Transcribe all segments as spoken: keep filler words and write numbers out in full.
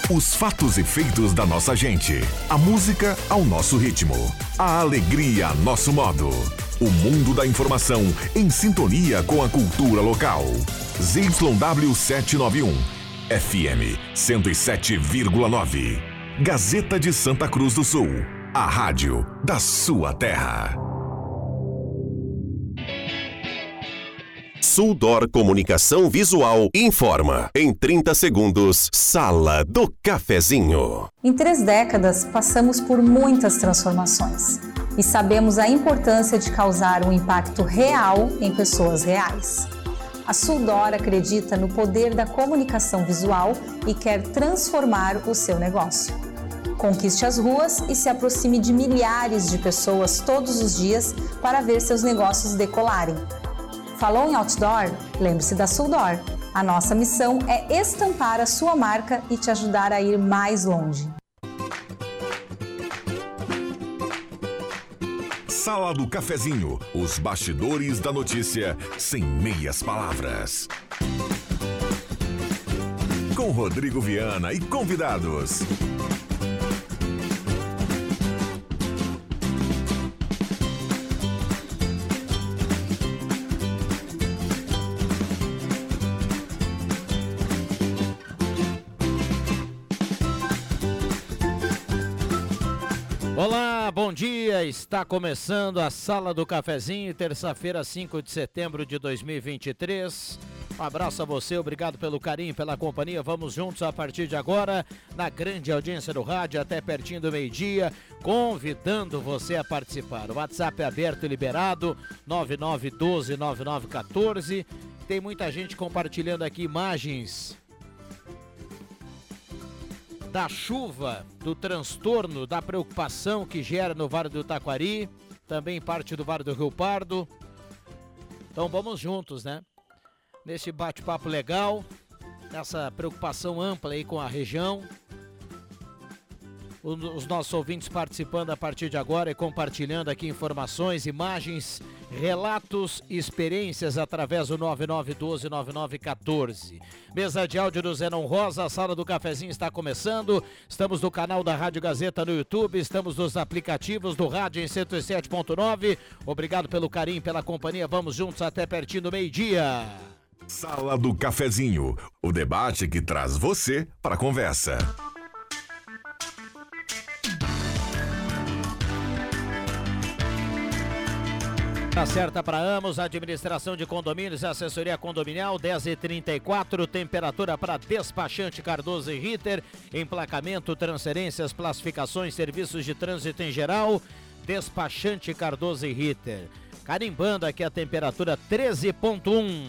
Os fatos e feitos da nossa gente. A música ao nosso ritmo. A alegria a nosso modo. O mundo da informação em sintonia com a cultura local. Z Y W setecentos e noventa e um. F M cento e sete vírgula nove. Gazeta de Santa Cruz do Sul. A rádio da sua terra. Suldor Comunicação Visual informa. Em trinta segundos, Sala do Cafezinho. Em três décadas, passamos por muitas transformações e sabemos a importância de causar um impacto real em pessoas reais. A Suldor acredita no poder da comunicação visual e quer transformar o seu negócio. Conquiste as ruas e se aproxime de milhares de pessoas todos os dias para ver seus negócios decolarem. Falou em outdoor? Lembre-se da Suldor. A nossa missão é estampar a sua marca e te ajudar a ir mais longe. Sala do Cafezinho, os bastidores da notícia sem meias palavras. Com Rodrigo Viana e convidados. Olá, bom dia, está começando a Sala do Cafezinho, terça-feira, cinco de setembro de dois mil e vinte e três. Um abraço a você, obrigado pelo carinho, pela companhia. Vamos juntos a partir de agora, na grande audiência do rádio, até pertinho do meio-dia, convidando você a participar. O WhatsApp é aberto e liberado, nove nove um dois nove nove um quatro. Tem muita gente compartilhando aqui imagens da chuva, do transtorno, da preocupação que gera no Vale do Taquari, também parte do Vale do Rio Pardo. Então vamos juntos, né? Nesse bate-papo legal, nessa preocupação ampla aí com a região. Os nossos ouvintes participando a partir de agora e compartilhando aqui informações, imagens, relatos e experiências através do nove nove um dois nove nove um quatro. Mesa de áudio do Zenon Rosa, a Sala do Cafezinho está começando. Estamos no canal da Rádio Gazeta no YouTube, estamos nos aplicativos do rádio em cento e sete ponto nove. Obrigado pelo carinho, pela companhia. Vamos juntos até pertinho do meio-dia. Sala do Cafezinho, o debate que traz você para a conversa. Tá certa para Amos, administração de condomínios e assessoria condominial, dez e trinta e quatro, temperatura para despachante Cardoso e Ritter, emplacamento, transferências, classificações, serviços de trânsito em geral, despachante Cardoso e Ritter. Carimbando aqui a temperatura treze ponto um.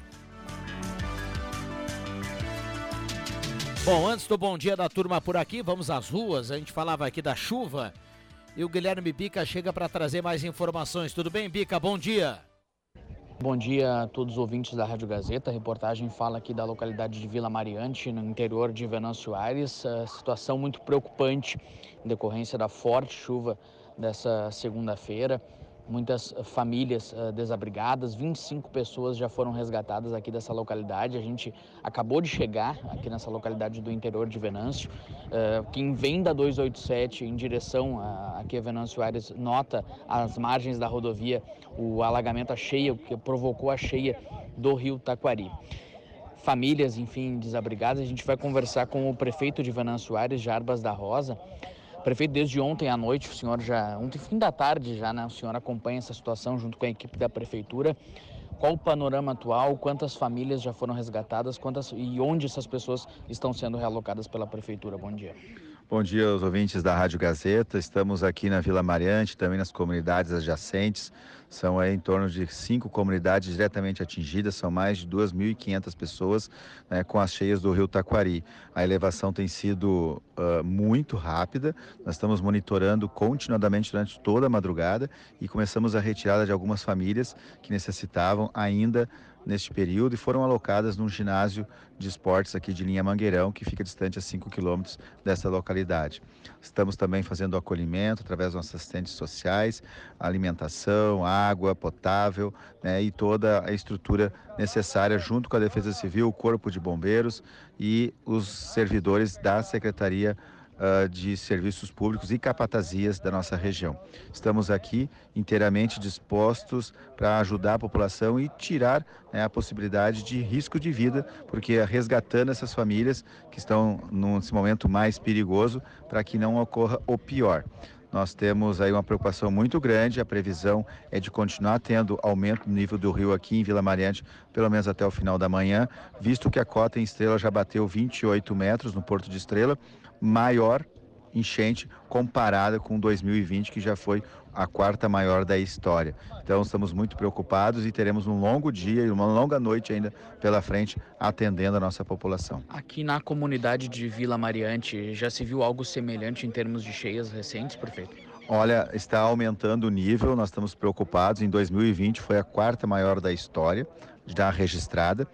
Bom, antes do bom dia da turma por aqui, vamos às ruas. A gente falava aqui da chuva e o Guilherme Bica chega para trazer mais informações. Tudo bem, Bica? Bom dia. Bom dia a todos os ouvintes da Rádio Gazeta. A reportagem fala aqui da localidade de Vila Mariante, no interior de Venâncio Aires. A situação muito preocupante em decorrência da forte chuva dessa segunda-feira. Muitas famílias uh, desabrigadas, vinte e cinco pessoas já foram resgatadas aqui dessa localidade. A gente acabou de chegar aqui nessa localidade do interior de Venâncio. Uh, quem vem da duzentos e oitenta e sete em direção a, aqui a Venâncio Aires nota as margens da rodovia, o alagamento, a cheia, que provocou a cheia do rio Taquari. Famílias, enfim, desabrigadas. A gente vai conversar com o prefeito de Venâncio Aires, Jarbas da Rosa. Prefeito, desde ontem à noite, o senhor já, ontem fim da tarde já, né, o senhor acompanha essa situação junto com a equipe da prefeitura. Qual o panorama atual, quantas famílias já foram resgatadas, quantas e onde essas pessoas estão sendo realocadas pela prefeitura? Bom dia. Bom dia aos ouvintes da Rádio Gazeta. Estamos aqui na Vila Mariante, também nas comunidades adjacentes. São aí em torno de cinco comunidades diretamente atingidas, são mais de duas mil e quinhentas pessoas, né, com as cheias do rio Taquari. A elevação tem sido uh, muito rápida, nós estamos monitorando continuadamente durante toda a madrugada e começamos a retirada de algumas famílias que necessitavam ainda neste período e foram alocadas num ginásio de esportes aqui de Linha Mangueirão, que fica distante a cinco quilômetros dessa localidade. Estamos também fazendo acolhimento através dos nossos assistentes sociais, alimentação, água potável, né, e toda a estrutura necessária junto com a Defesa Civil, o Corpo de Bombeiros e os servidores da Secretaria Uh, de Serviços Públicos e Capatazias da nossa região. Estamos aqui inteiramente dispostos para ajudar a população e tirar, né, a possibilidade de risco de vida, porque resgatando essas famílias que estão nesse momento mais perigoso para que não ocorra o pior. Nós temos aí uma preocupação muito grande, a previsão é de continuar tendo aumento do nível do rio aqui em Vila Mariante, pelo menos até o final da manhã, visto que a cota em Estrela já bateu vinte e oito metros no Porto de Estrela, maior enchente comparada com dois mil e vinte, que já foi a quarta maior da história. Então estamos muito preocupados e teremos um longo dia e uma longa noite ainda pela frente atendendo a nossa população. Aqui na comunidade de Vila Mariante, já se viu algo semelhante em termos de cheias recentes, prefeito? Olha, está aumentando o nível, nós estamos preocupados. Em dois mil e vinte foi a quarta maior da história já registrada,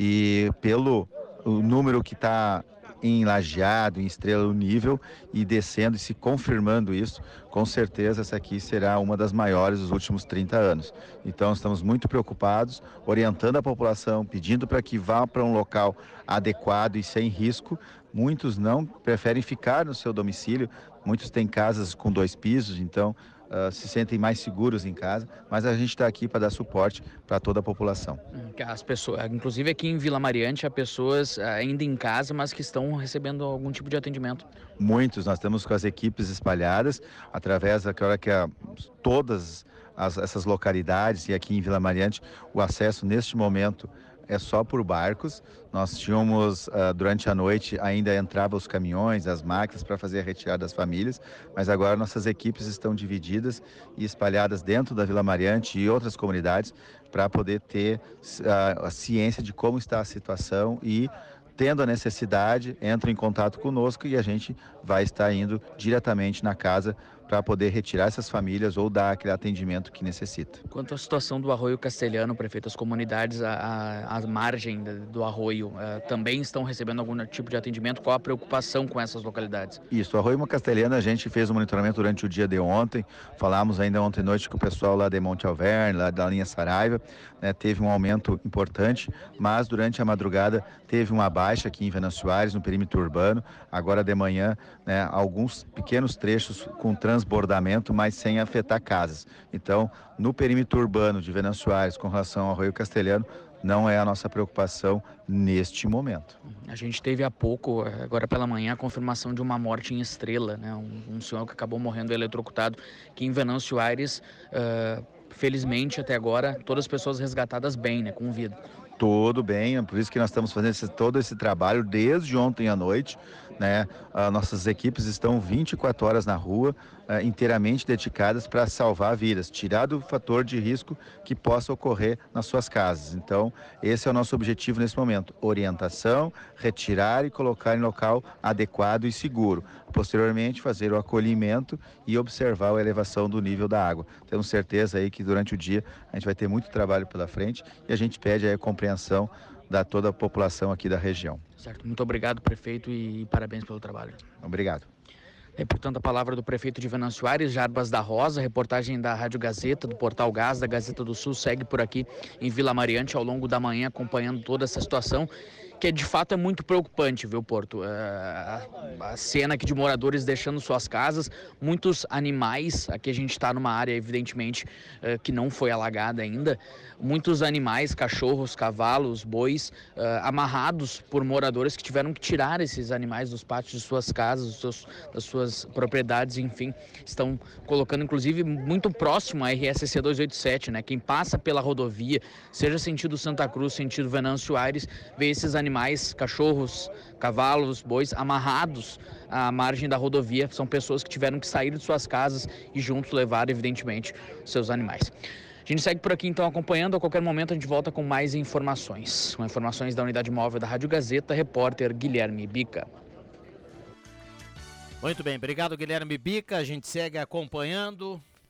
e pelo o número que está em Lajeado, em Estrela, o nível, e descendo e se confirmando isso, com certeza essa aqui será uma das maiores dos últimos trinta anos. Então estamos muito preocupados, orientando a população, pedindo para que vá para um local adequado e sem risco. Muitos não preferem ficar no seu domicílio, muitos têm casas com dois pisos, então Uh, se sentem mais seguros em casa, mas a gente está aqui para dar suporte para toda a população. As pessoas, inclusive aqui em Vila Mariante, há pessoas ainda em casa, mas que estão recebendo algum tipo de atendimento. Muitos, nós estamos com as equipes espalhadas, através daquela que a, todas as, essas localidades, e aqui em Vila Mariante, o acesso neste momento é só por barcos. Nós tínhamos, uh, durante a noite, ainda entravam os caminhões, as máquinas para fazer a retirada das famílias, mas agora nossas equipes estão divididas e espalhadas dentro da Vila Mariante e outras comunidades para poder ter uh, a ciência de como está a situação e, tendo a necessidade, entram em contato conosco e a gente vai estar indo diretamente na casa para poder retirar essas famílias ou dar aquele atendimento que necessita. Quanto à situação do Arroio Castelhano, prefeito, as comunidades à, à margem do arroio uh, também estão recebendo algum tipo de atendimento? Qual a preocupação com essas localidades? Isso, o Arroio Castelhano, a gente fez um monitoramento durante o dia de ontem, falamos ainda ontem à noite com o pessoal lá de Monte Alverne, lá da linha Saraiva, né, teve um aumento importante, mas durante a madrugada teve uma baixa aqui em Venâncio Aires, no perímetro urbano. Agora de manhã, né, alguns pequenos trechos com transbordamento, mas sem afetar casas. Então, no perímetro urbano de Venâncio Aires, com relação ao Arroio Castelhano, não é a nossa preocupação neste momento. A gente teve há pouco, agora pela manhã, a confirmação de uma morte em Estrela, né? Um, um senhor que acabou morrendo eletrocutado, que em Venâncio Aires, uh, felizmente até agora, todas as pessoas resgatadas bem, né, com vida. Tudo bem, é por isso que nós estamos fazendo esse, todo esse trabalho desde ontem à noite, né? Ah, nossas equipes estão vinte e quatro horas na rua, ah, inteiramente dedicadas para salvar vidas, tirar do fator de risco que possa ocorrer nas suas casas. Então, esse é o nosso objetivo nesse momento: orientação, retirar e colocar em local adequado e seguro. Posteriormente, fazer o acolhimento e observar a elevação do nível da água. Temos certeza aí que durante o dia a gente vai ter muito trabalho pela frente e a gente pede aí a compreensão da toda a população aqui da região. Certo, muito obrigado, prefeito, e parabéns pelo trabalho. Obrigado. É, portanto, a palavra do prefeito de Venâncio Aires, Jarbas da Rosa. Reportagem da Rádio Gazeta, do Portal Gás, da Gazeta do Sul, segue por aqui em Vila Mariante ao longo da manhã, acompanhando toda essa situação, que de fato é muito preocupante, viu, Porto? A, a cena aqui de moradores deixando suas casas, muitos animais, aqui a gente está numa área, evidentemente, que não foi alagada ainda, muitos animais, cachorros, cavalos, bois, amarrados por moradores que tiveram que tirar esses animais dos pátios de suas casas, dos seus, das suas propriedades, enfim, estão colocando, inclusive, muito próximo à R S C duzentos e oitenta e sete, né? Quem passa pela rodovia, seja sentido Santa Cruz, sentido Venâncio Aires, vê esses animais animais, cachorros, cavalos, bois, amarrados à margem da rodovia. São pessoas que tiveram que sair de suas casas e juntos levar, evidentemente, seus animais. A gente segue por aqui, então, acompanhando. A qualquer momento a gente volta com mais informações. Com informações da unidade móvel da Rádio Gazeta, repórter Guilherme Bica. Muito bem, obrigado, Guilherme Bica. A gente segue acompanhando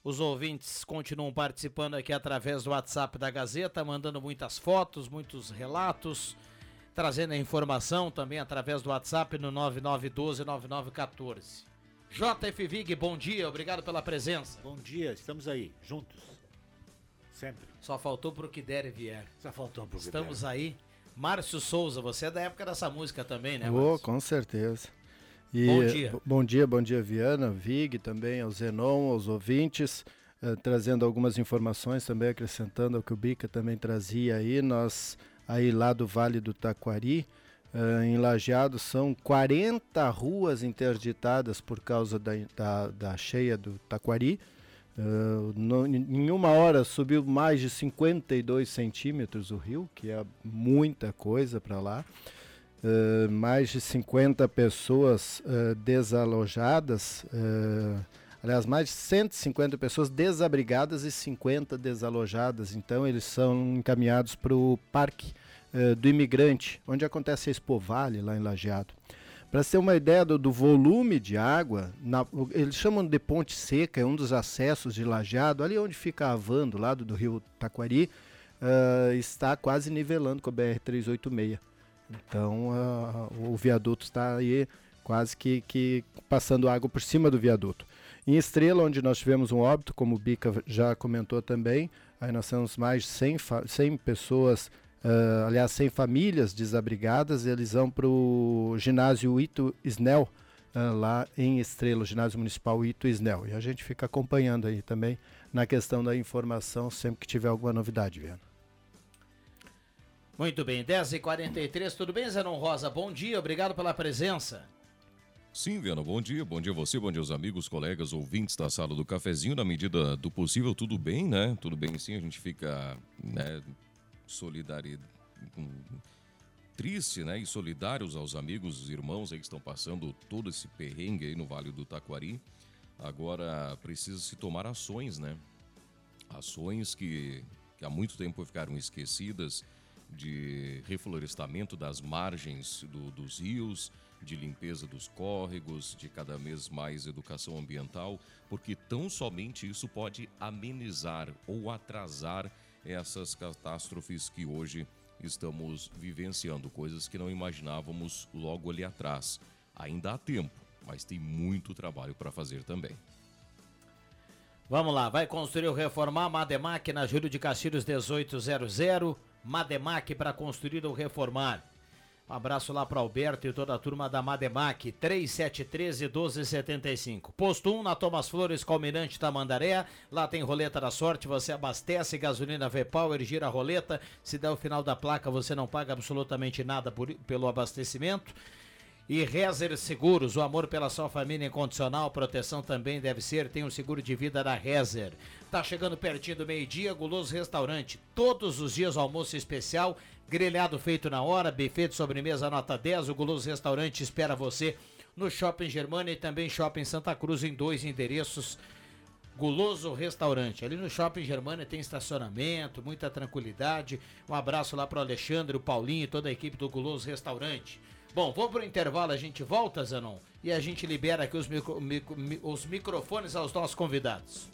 Os ouvintes continuam participando aqui através do WhatsApp da Gazeta, mandando muitas fotos, muitos relatos, trazendo a informação também através do WhatsApp no nove nove um dois nove nove um quatro. J F Vig, bom dia, obrigado pela presença. Bom dia, estamos aí, juntos, sempre. Só faltou pro que der e vier. Só faltou pro que der. Estamos aí. Márcio Souza, você é da época dessa música também, né, Márcio? Oh, com certeza. E, bom dia. B- bom dia, bom dia, Viana, Vig, também ao Zenon, aos ouvintes, eh, trazendo algumas informações também, acrescentando ao que o Bica também trazia aí. Nós, aí lá do Vale do Taquari, eh, em Lajeado, são quarenta ruas interditadas por causa da, da, da cheia do Taquari. Uh, no, em uma hora subiu mais de cinquenta e dois centímetros o rio, que é muita coisa para lá. Uh, mais de cinquenta pessoas uh, desalojadas, uh, aliás, mais de cento e cinquenta pessoas desabrigadas e cinquenta desalojadas. Então, eles são encaminhados para o Parque uh, do Imigrante, onde acontece a Expo Vale, lá em Lajeado. Para ter uma ideia do, do volume de água, na, eles chamam de Ponte Seca, é um dos acessos de Lajeado, ali onde fica a van, do lado do rio Taquari, uh, está quase nivelando com a B R trezentos e oitenta e seis. Então, uh, o viaduto está aí quase que, que passando água por cima do viaduto. Em Estrela, onde nós tivemos um óbito, como o Bica já comentou também, aí nós temos mais de cem, cem pessoas, Uh, aliás, cem famílias desabrigadas. Eles vão para o ginásio Ito Snell, uh, lá em Estrela, o ginásio municipal Ito Snell. E a gente fica acompanhando aí também na questão da informação, sempre que tiver alguma novidade, Viana. Muito bem, dez e quarenta e três, tudo bem, Zenon Rosa? Bom dia, obrigado pela presença. Sim, Viana, bom dia, bom dia a você, bom dia aos amigos, colegas, ouvintes da Sala do Cafezinho. Na medida do possível, tudo bem, né? Tudo bem, sim, a gente fica, né, solidário, triste, né, e solidários aos amigos, os irmãos aí que estão passando todo esse perrengue aí no Vale do Taquari. Agora precisa se tomar ações, né? Ações que, que há muito tempo ficaram esquecidas, de reflorestamento das margens do, dos rios, de limpeza dos córregos, de cada vez mais educação ambiental, porque tão somente isso pode amenizar ou atrasar essas catástrofes que hoje estamos vivenciando, coisas que não imaginávamos logo ali atrás. Ainda há tempo, mas tem muito trabalho para fazer também. Vamos lá, vai construir ou reformar? Mademac na Júlio de Castilhos dezoito zero zero, Mademac para construir ou reformar. Um abraço lá para Alberto e toda a turma da Mademac, três sete um três, um dois sete cinco. Posto um na Thomas Flores, Calmirante Tamandaré, lá tem roleta da sorte, você abastece gasolina V-Power, gira a roleta, se der o final da placa você não paga absolutamente nada por, pelo abastecimento. E Rezer Seguros, o amor pela sua família incondicional, proteção também deve ser, tem um seguro de vida da Rezer. Tá chegando pertinho do meio-dia, Guloso Restaurante, todos os dias almoço especial, grelhado feito na hora, buffet de sobremesa nota dez, o Guloso Restaurante espera você no Shopping Germana e também Shopping Santa Cruz em dois endereços. Guloso Restaurante, ali no Shopping Germana tem estacionamento, muita tranquilidade. Um abraço lá pro Alexandre, o Paulinho e toda a equipe do Guloso Restaurante. Bom, vamos pro intervalo, a gente volta, Zanon, e a gente libera aqui os, micro, micro, os microfones aos nossos convidados.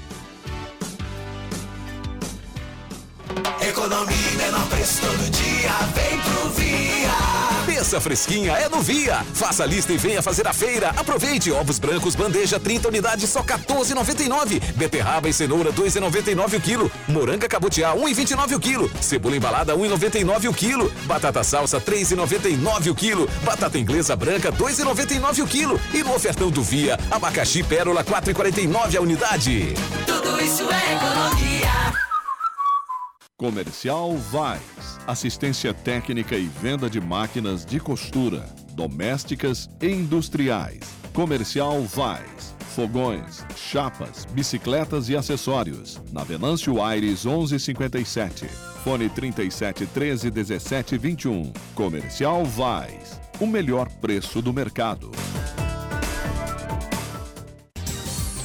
Economia e menor preço todo dia, vem pro Via. Peça fresquinha é no Via. Faça a lista e venha fazer a feira. Aproveite ovos brancos, bandeja trinta unidades, só quatorze reais e noventa e nove centavos. Beterraba e cenoura dois reais e noventa e nove centavos o quilo. Moranga cabotiá um real e vinte e nove centavos o quilo. Cebola embalada um real e noventa e nove centavos o quilo. Batata salsa três reais e noventa e nove centavos o quilo. Batata inglesa branca dois reais e noventa e nove centavos o quilo. E no ofertão do Via, abacaxi pérola quatro reais e quarenta e nove centavos a unidade. Tudo isso é economia. Comercial Vais, assistência técnica e venda de máquinas de costura, domésticas e industriais. Comercial Vais, fogões, chapas, bicicletas e acessórios. Na Venâncio Aires onze cinquenta e sete, fone trinta e sete, treze, dezessete, vinte e um. Comercial Vais, o melhor preço do mercado.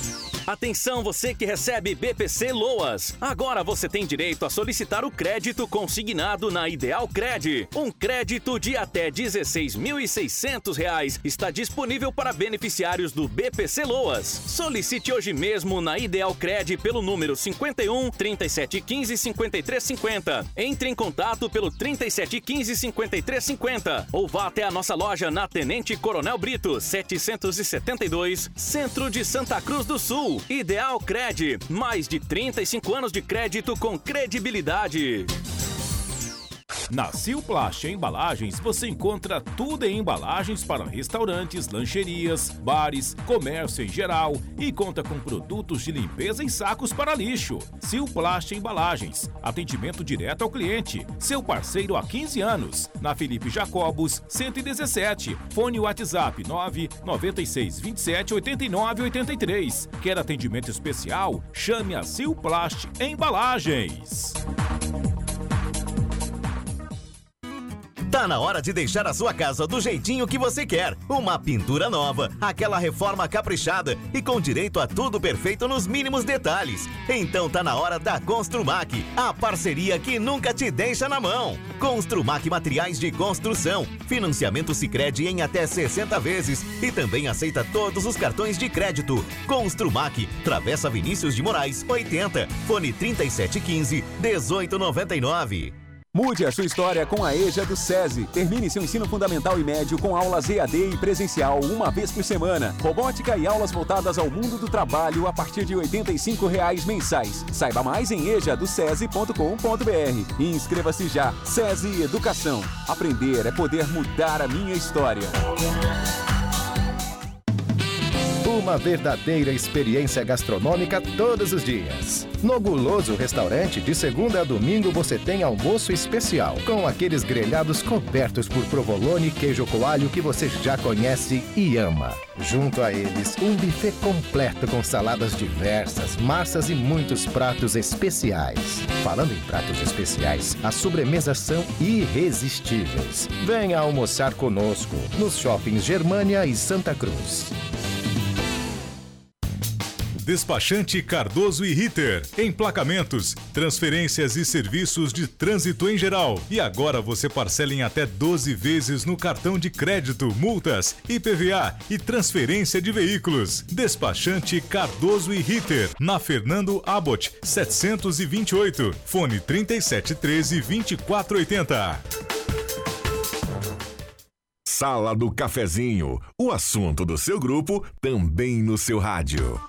Atenção você que recebe B P C Loas. Agora você tem direito a solicitar o crédito consignado na Ideal Cred. Um crédito de até dezesseis mil e seiscentos reais está disponível para beneficiários do B P C Loas. Solicite hoje mesmo na Ideal Cred pelo número cinquenta e um, trinta e sete quinze, cinquenta e três cinquenta. Entre em contato pelo trinta e sete quinze, cinquenta e três cinquenta ou vá até a nossa loja na Tenente Coronel Brito, setecentos e setenta e dois, Centro de Santa Cruz do Sul. Ideal Cred, mais de trinta e cinco anos de crédito com credibilidade. Na Silplast Embalagens você encontra tudo em embalagens para restaurantes, lancherias, bares, comércio em geral e conta com produtos de limpeza em sacos para lixo. Silplast Embalagens, atendimento direto ao cliente, seu parceiro há quinze anos. Na Felipe Jacobos, cento e dezessete, fone WhatsApp nove nove seis, vinte e sete, oitenta e nove, oitenta e três. Quer atendimento especial? Chame a Silplast Embalagens. Tá na hora de deixar a sua casa do jeitinho que você quer. Uma pintura nova, aquela reforma caprichada e com direito a tudo perfeito nos mínimos detalhes. Então tá na hora da Construmac, a parceria que nunca te deixa na mão. Construmac Materiais de Construção, financiamento Sicredi em até sessenta vezes e também aceita todos os cartões de crédito. Construmac, Travessa Vinícius de Moraes, oitenta, fone trinta e sete quinze, dezoito noventa e nove. Mude a sua história com a EJA do SESI. Termine seu ensino fundamental e médio com aulas E A D e presencial uma vez por semana. Robótica e aulas voltadas ao mundo do trabalho a partir de oitenta e cinco reais mensais. Saiba mais em eja do sesi ponto com ponto br e inscreva-se já. SESI Educação. Aprender é poder mudar a minha história. Uma verdadeira experiência gastronômica todos os dias. No Guloso Restaurante, de segunda a domingo, você tem almoço especial, com aqueles grelhados cobertos por provolone e queijo coalho que você já conhece e ama. Junto a eles, um buffet completo com saladas diversas, massas e muitos pratos especiais. Falando em pratos especiais, as sobremesas são irresistíveis. Venha almoçar conosco, nos shoppings Germânia e Santa Cruz. Despachante Cardoso e Ritter. Emplacamentos, transferências e serviços de trânsito em geral. E agora você parcela em até doze vezes no cartão de crédito, multas, I P V A e transferência de veículos. Despachante Cardoso e Ritter. Na Fernando Abbott, setecentos e vinte e oito. Fone trinta e sete treze, vinte e quatro oitenta. Sala do Cafezinho. O assunto do seu grupo também no seu rádio.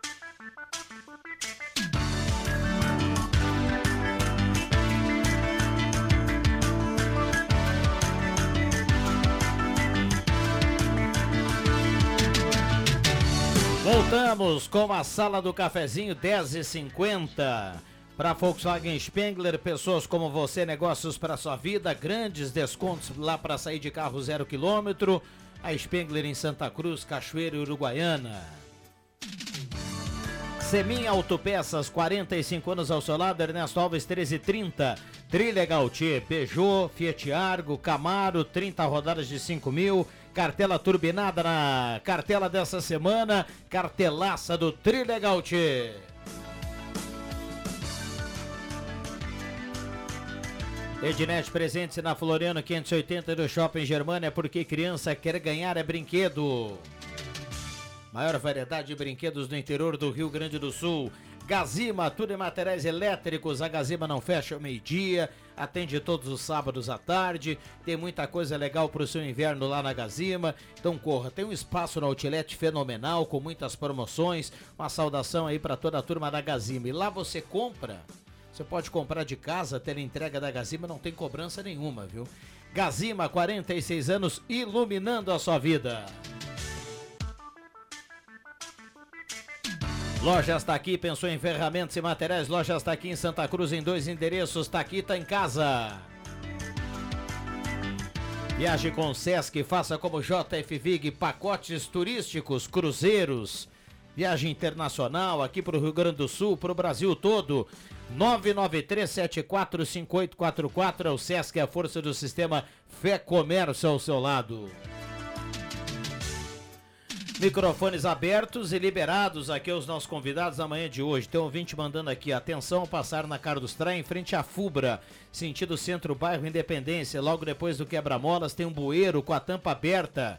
Voltamos com a Sala do Cafezinho, dez e cinquenta. Para Volkswagen Spengler, pessoas como você, negócios para sua vida, grandes descontos lá para sair de carro zero quilômetro. A Spengler em Santa Cruz, Cachoeira e Uruguaiana. Semin Autopeças, quarenta e cinco anos ao seu lado, Ernesto Alves treze trinta. Trilha Gautier, Peugeot, Fiat Argo, Camaro, trinta rodadas de cinco mil. Cartela turbinada na cartela dessa semana, cartelaça do Trilha Gautier. Ednet presente na Floriano quinhentos e oitenta do Shopping Germânia, porque criança quer ganhar é brinquedo. Maior variedade de brinquedos do interior do Rio Grande do Sul. Gazima, tudo em materiais elétricos. A Gazima não fecha ao meio-dia, atende todos os sábados à tarde. Tem muita coisa legal para o seu inverno lá na Gazima. Então corra, tem um espaço no Outlet fenomenal, com muitas promoções. Uma saudação aí para toda a turma da Gazima. E lá você compra, você pode comprar de casa, ter entrega da Gazima, não tem cobrança nenhuma, viu? Gazima, quarenta e seis anos, iluminando a sua vida. Lojas Taqui, pensou em ferramentas e materiais? Lojas Taqui em Santa Cruz, em dois endereços. Taqui tá em casa. Viaje com o Sesc, faça como J F Vig, pacotes turísticos, cruzeiros, viagem internacional aqui para o Rio Grande do Sul, para o Brasil todo. nove nove três sete quatro cinco oito quatro quatro, é o Sesc, a força do sistema Fé Comércio ao seu lado. Microfones abertos e liberados aqui aos nossos convidados na manhã de hoje. Tem um ouvinte mandando aqui, atenção, passar na Carlos Traem, em frente à Fubra, sentido centro-bairro Independência, logo depois do quebra-molas tem um bueiro com a tampa aberta.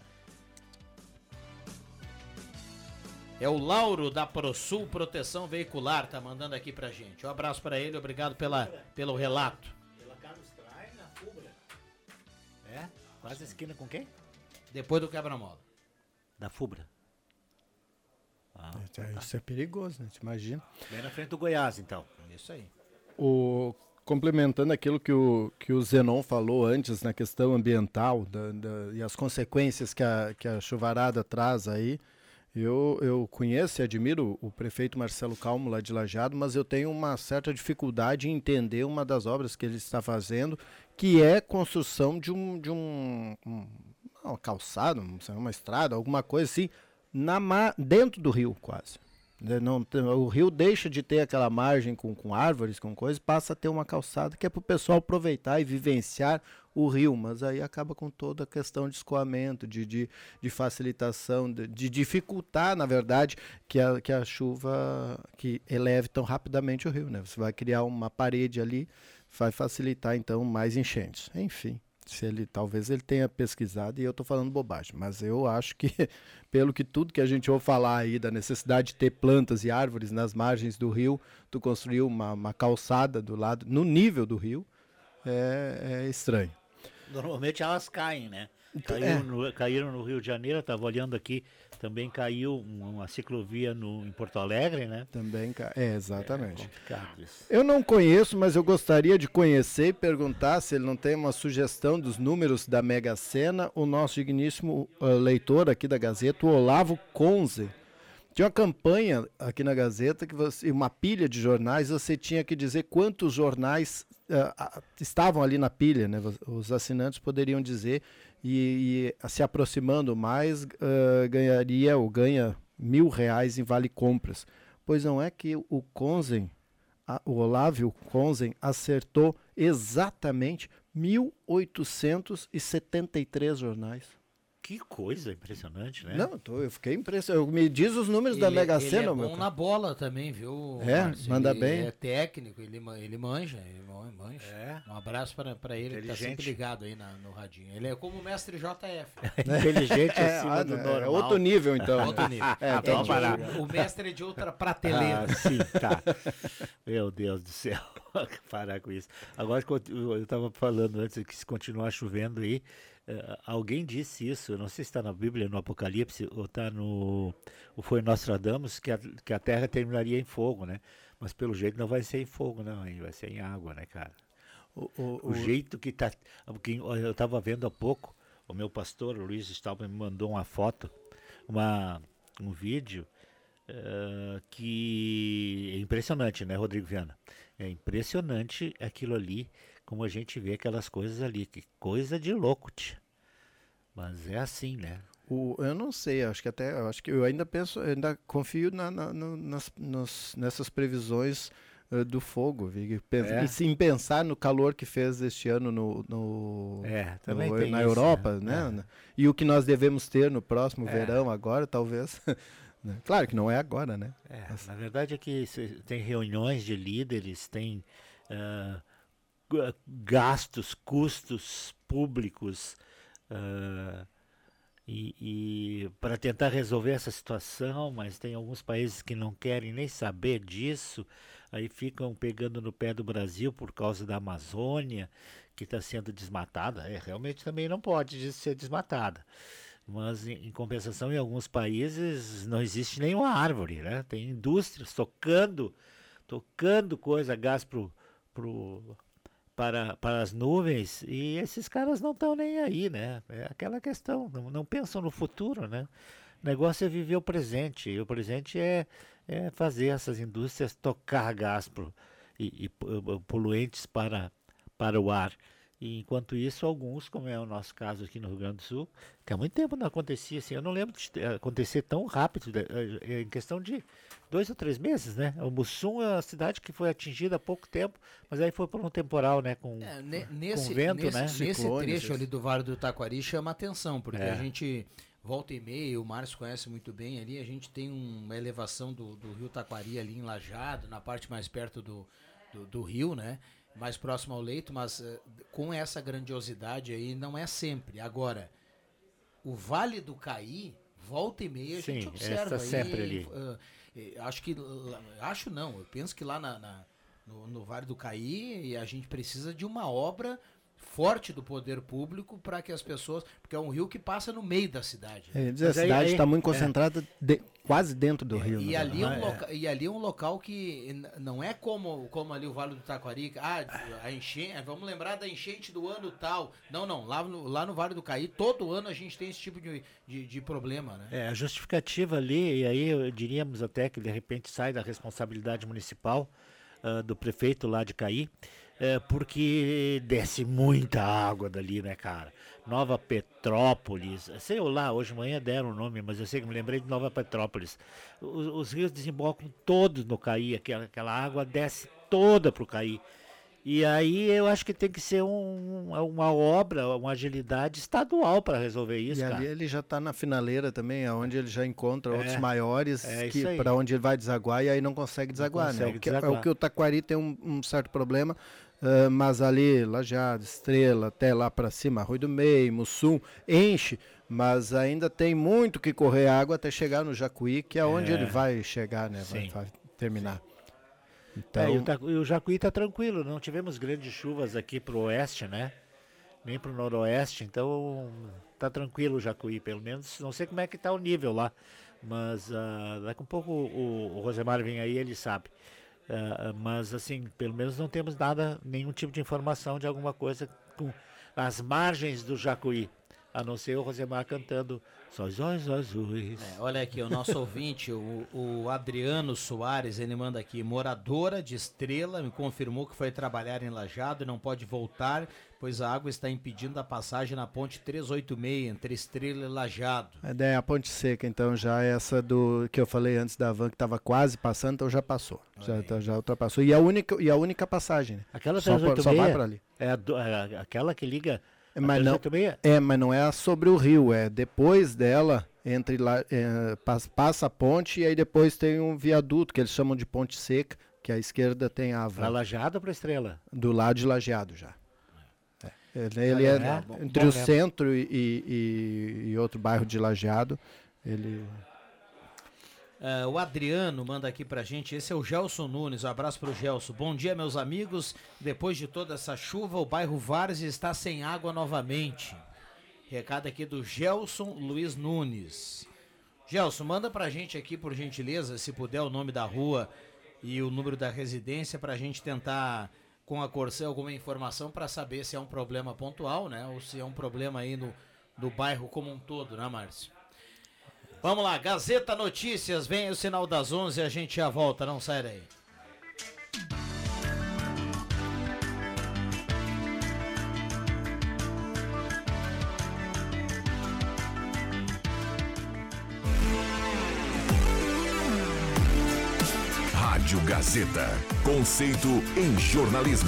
É o Lauro da ProSul Proteção Veicular, tá mandando aqui pra gente. Um abraço pra ele, obrigado pela, pelo relato. Pela Carlos Traem, na Fubra. É? Quase esquina com quem? Depois do quebra-mola. Da Fubra. Ah, Isso é perigoso, né? Te imagina. Bem na frente do Goiás, então. Isso aí. O, complementando aquilo que o, que o Zenon falou antes na questão ambiental da, da, e as consequências que a, que a chuvarada traz aí, eu, eu conheço e admiro o prefeito Marcelo Calmo lá de Lajeado, mas eu tenho uma certa dificuldade em entender uma das obras que ele está fazendo, que é construção de um, de um, um uma calçada, uma estrada, alguma coisa assim, na mar, dentro do rio quase. Não, o rio deixa de ter aquela margem com, com árvores, com coisas, passa a ter uma calçada que é para o pessoal aproveitar e vivenciar o rio, mas aí acaba com toda a questão de escoamento, de, de, de facilitação, de, de dificultar, na verdade, que a, que a chuva que eleve tão rapidamente o rio, né? Você vai criar uma parede ali, vai facilitar então mais enchentes. Enfim. Se ele, talvez ele tenha pesquisado e eu estou falando bobagem, mas eu acho que, pelo que tudo que a gente ouve falar aí da necessidade de ter plantas e árvores nas margens do rio, tu construir uma, uma calçada do lado, no nível do rio, é, é estranho. Normalmente elas caem, né? Caíram, É. no, caíram no Rio de Janeiro, estava olhando aqui, também caiu uma ciclovia no, em Porto Alegre, né? Também cai, é, exatamente. É complicado isso. Eu não conheço, mas eu gostaria de conhecer e perguntar se ele não tem uma sugestão dos números da Mega Sena, o nosso digníssimo uh, leitor aqui da Gazeta, o Olavo Conze. Tinha uma campanha aqui na Gazeta, que você, uma pilha de jornais, você tinha que dizer quantos jornais uh, estavam ali na pilha, né? Os assinantes poderiam dizer, e, e se aproximando mais, uh, ganharia ou ganha mil reais em vale compras. Pois não é que o Conzen, a, o Olávio Conzen, acertou exatamente mil oitocentos e setenta e três jornais. Que coisa impressionante, né? Não, tô, eu fiquei impressionado. Me diz os números da Mega Sena, ele é meu bom cara. na bola também, viu, É, Márcio? manda Ele bem. é técnico, ele, ma- ele manja, ele ma- manja. É. Um abraço para para ele, que tá Inteligente. sempre ligado aí na- no radinho. Ele é como o mestre J F. Inteligente É, acima ah, do é normal. outro nível, então. Outro nível. É, É então de- parar. o mestre é de outra prateleira. Ah, sim, tá. Meu Deus do céu. Parar com isso. Agora, eu estava falando antes que se continuar chovendo aí, uh, alguém disse isso, eu não sei se está na Bíblia, no Apocalipse, ou está no... ou foi Nostradamus, que a, que a Terra terminaria em fogo, né? Mas pelo jeito não vai ser em fogo, não, hein? Vai ser em água, né, cara? O, o, O jeito que tá... porque eu estava vendo há pouco, o meu pastor, o Luiz Stauber, me mandou uma foto, uma, um vídeo, uh, que é impressionante, né, Rodrigo Viana? É impressionante aquilo ali, como a gente vê aquelas coisas ali. Que coisa de louco, tia. Mas é assim, né? O, eu não sei, acho que até, eu acho que eu ainda penso, eu ainda confio na, na, no, nas, nos, nessas previsões uh, do fogo, Vig. Pen- É. E sim pensar no calor que fez este ano no, no, É, também no- tem na isso, Europa, né? né? E o que nós devemos ter no próximo É. verão agora, talvez. Né? Claro que não é agora, né? É, Mas- na verdade é que cê- tem reuniões de líderes, tem ah, g- gastos, custos públicos ah, e, e para tentar resolver essa situação, mas tem alguns países que não querem nem saber disso, aí ficam pegando no pé do Brasil por causa da Amazônia, que está sendo desmatada. É, realmente também não pode des- ser desmatada. Mas, em, em compensação, em alguns países não existe nenhuma árvore, né? Tem indústrias tocando, tocando coisa, gás pro, pro, para, para as nuvens, e esses caras não estão nem aí, né? É aquela questão, não, não pensam no futuro, né? O negócio é viver o presente, e o presente é, é fazer essas indústrias tocar gás pro, e, e pu- poluentes para, para o ar. E enquanto isso, alguns, como é o nosso caso aqui no Rio Grande do Sul, que há muito tempo não acontecia assim, eu não lembro de ter- acontecer tão rápido, né, é, em questão de dois ou três meses, né? O Mussum é uma cidade que foi atingida há pouco tempo, mas aí foi por um temporal, né? Com, É, ne- com nesse, vento, nesse, né? nesse Ciclones, trecho isso. ali do Vale do Taquari chama atenção, porque É. a gente volta e meia, o Márcio conhece muito bem ali, a gente tem uma elevação do, do rio Taquari ali em Lajeado, na parte mais perto do, do, do rio, né? Mais próximo ao leito, mas uh, com essa grandiosidade aí não é sempre. Agora, o Vale do Caí, volta e meia, a Sim, gente observa essa aí. sempre ali. Uh, acho que, acho não, eu penso que lá na, na, no, no Vale do Caí a gente precisa de uma obra forte do poder público para que as pessoas, porque é um rio que passa no meio da cidade. É, a cidade está muito concentrada é. de, quase dentro do é, rio. E, né? ali é um é. loca, e ali é um local que não é como, como ali o Vale do Taquari, ah, a enchente, vamos lembrar da enchente do ano tal. Não, não, lá no, lá no Vale do Caí, todo ano a gente tem esse tipo de, de, de problema, né? É, a justificativa ali, e aí diríamos até que de repente sai da responsabilidade municipal uh, do prefeito lá de Caí, É porque desce muita água dali, né, cara? Nova Petrópolis, sei lá, hoje de manhã deram o nome, mas eu sei que me lembrei de Nova Petrópolis. Os, os rios desembocam todos no Caí, aquela, aquela água desce toda pro Caí. E aí eu acho que tem que ser um, uma obra, uma agilidade estadual para resolver isso, e cara. Ali ele já está na finaleira também, onde ele já encontra é, outros maiores é que para onde ele vai desaguar e aí não consegue desaguar, não consegue né? O que, desaguar. É o que o Taquari tem um, um certo problema, uh, mas ali, Lajeado, Estrela, até lá para cima, Rui do Meio, Mussum, enche, mas ainda tem muito que correr água até chegar no Jacuí, que é onde é. ele vai chegar, né? Vai, vai terminar. Então... É, e, o Ta- e o Jacuí está tranquilo, não tivemos grandes chuvas aqui para o oeste, né? Nem para o noroeste, então tá tranquilo o Jacuí, pelo menos. Não sei como é que tá o nível lá, mas uh, daqui a pouco o, o Rosemar vem aí, ele sabe. Uh, mas assim, pelo menos não temos nada, nenhum tipo de informação de alguma coisa com as margens do Jacuí, a não ser o Rosemar cantando Sóis olhos azuis. É, olha aqui, o nosso ouvinte, o, o Adriano Soares, ele manda aqui, moradora de Estrela, me confirmou que foi trabalhar em Lajeado e não pode voltar, pois a água está impedindo a passagem na ponte trezentos e oitenta e seis, entre Estrela e Lajeado. É, a ponte seca, então, já essa do que eu falei antes da van, que estava quase passando, então já passou, já, tá, já ultrapassou. E a única, e a única passagem, né? Aquela só, trezentos e oitenta e seis, só vai para ali. É, a, é aquela que liga... Mas não, é, mas não é sobre o rio, é depois dela, entre lá, é, passa a ponte e aí depois tem um viaduto que eles chamam de ponte seca, que à esquerda tem a van. Para Lajeado ou para Estrela? Do lado de Lajeado já. É. Ele, ele é, é bom, entre bom, o né? centro e, e, e outro bairro de Lajeado, ele... Uh, o Adriano manda aqui pra gente, esse é o Gelson Nunes, um abraço pro Gelson. Bom dia, meus amigos, depois de toda essa chuva, o bairro Várzea está sem água novamente. Recado aqui do Gelson Luiz Nunes. Gelson, manda pra gente aqui, por gentileza, se puder, o nome da rua e o número da residência pra gente tentar, com a Corsã, alguma informação pra saber se é um problema pontual, né, ou se é um problema aí no, no bairro como um todo, né, Márcio? Vamos lá, Gazeta Notícias, vem o sinal das onze e a gente já volta, não sai daí. Rádio Gazeta, conceito em jornalismo.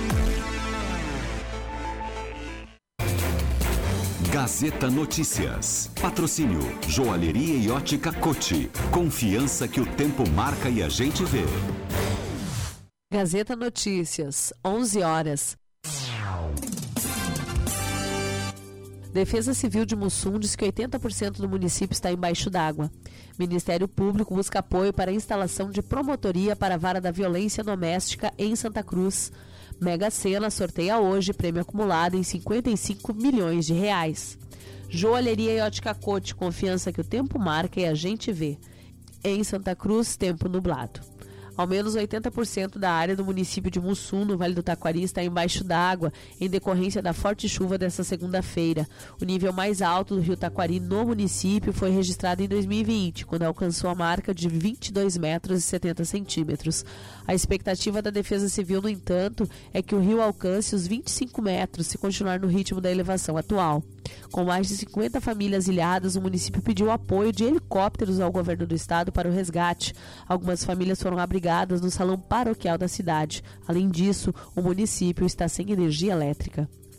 Gazeta Notícias. Patrocínio Joalheria e Ótica Cote. Confiança que o tempo marca e a gente vê. Gazeta Notícias, onze horas. Defesa Civil de Mussum diz que oitenta por cento do município está embaixo d'água. Ministério Público busca apoio para a instalação de promotoria para a vara da violência doméstica em Santa Cruz. Mega Sena sorteia hoje prêmio acumulado em cinquenta e cinco milhões de reais. Joalheria e Ótica Cote, confiança que o tempo marca e a gente vê. Em Santa Cruz, tempo nublado. Ao menos oitenta por cento da área do município de Mussum, no Vale do Taquari, está embaixo d'água, em decorrência da forte chuva desta segunda-feira. O nível mais alto do rio Taquari no município foi registrado em dois mil e vinte, quando alcançou a marca de vinte e dois metros e setenta centímetros. A expectativa da Defesa Civil, no entanto, é que o rio alcance os vinte e cinco metros se continuar no ritmo da elevação atual. Com mais de cinquenta famílias ilhadas, o município pediu apoio de helicópteros ao governo do estado para o resgate. Algumas famílias foram abrigadas no salão paroquial da cidade. Além disso, o município está sem energia elétrica.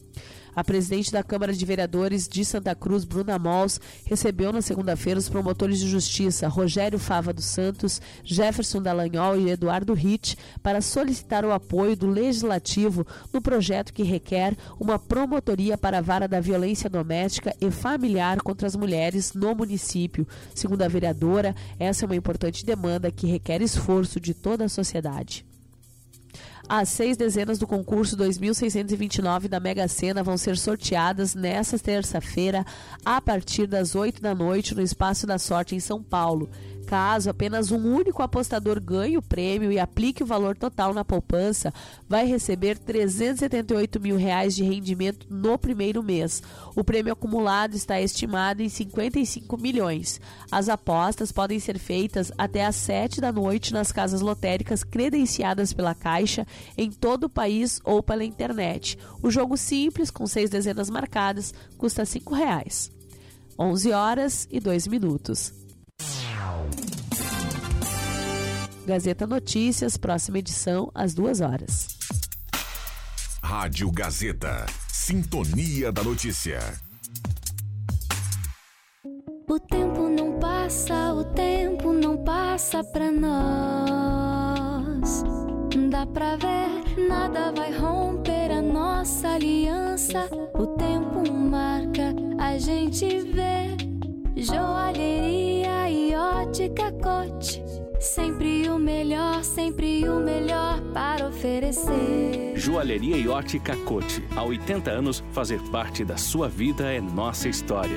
A presidente da Câmara de Vereadores de Santa Cruz, Bruna Mols, recebeu na segunda-feira os promotores de justiça Rogério Fava dos Santos, Jefferson Dallagnol e Eduardo Ritt para solicitar o apoio do Legislativo no projeto que requer uma promotoria para a vara da violência doméstica e familiar contra as mulheres no município. Segundo a vereadora, essa é uma importante demanda que requer esforço de toda a sociedade. As seis dezenas do concurso dois mil seiscentos e vinte e nove da Mega Sena vão ser sorteadas nesta terça-feira a partir das oito da noite no Espaço da Sorte em São Paulo. Caso apenas um único apostador ganhe o prêmio e aplique o valor total na poupança, vai receber trezentos e setenta e oito mil reais de rendimento no primeiro mês. O prêmio acumulado está estimado em cinquenta e cinco milhões. As apostas podem ser feitas até às sete da noite nas casas lotéricas credenciadas pela Caixa em todo o país ou pela internet. O jogo simples, com seis dezenas marcadas, custa cinco reais. onze horas e dois minutos. Gazeta Notícias, próxima edição, às duas horas. Rádio Gazeta. Sintonia da Notícia. O tempo não passa, o tempo não passa pra nós. Dá pra ver, nada vai romper a nossa aliança. O tempo marca, a gente vê. Joalheria e ótica Cote. Sempre o melhor, sempre o melhor para oferecer. Joalheria e ótica Cote. Há oitenta anos, fazer parte da sua vida é nossa história.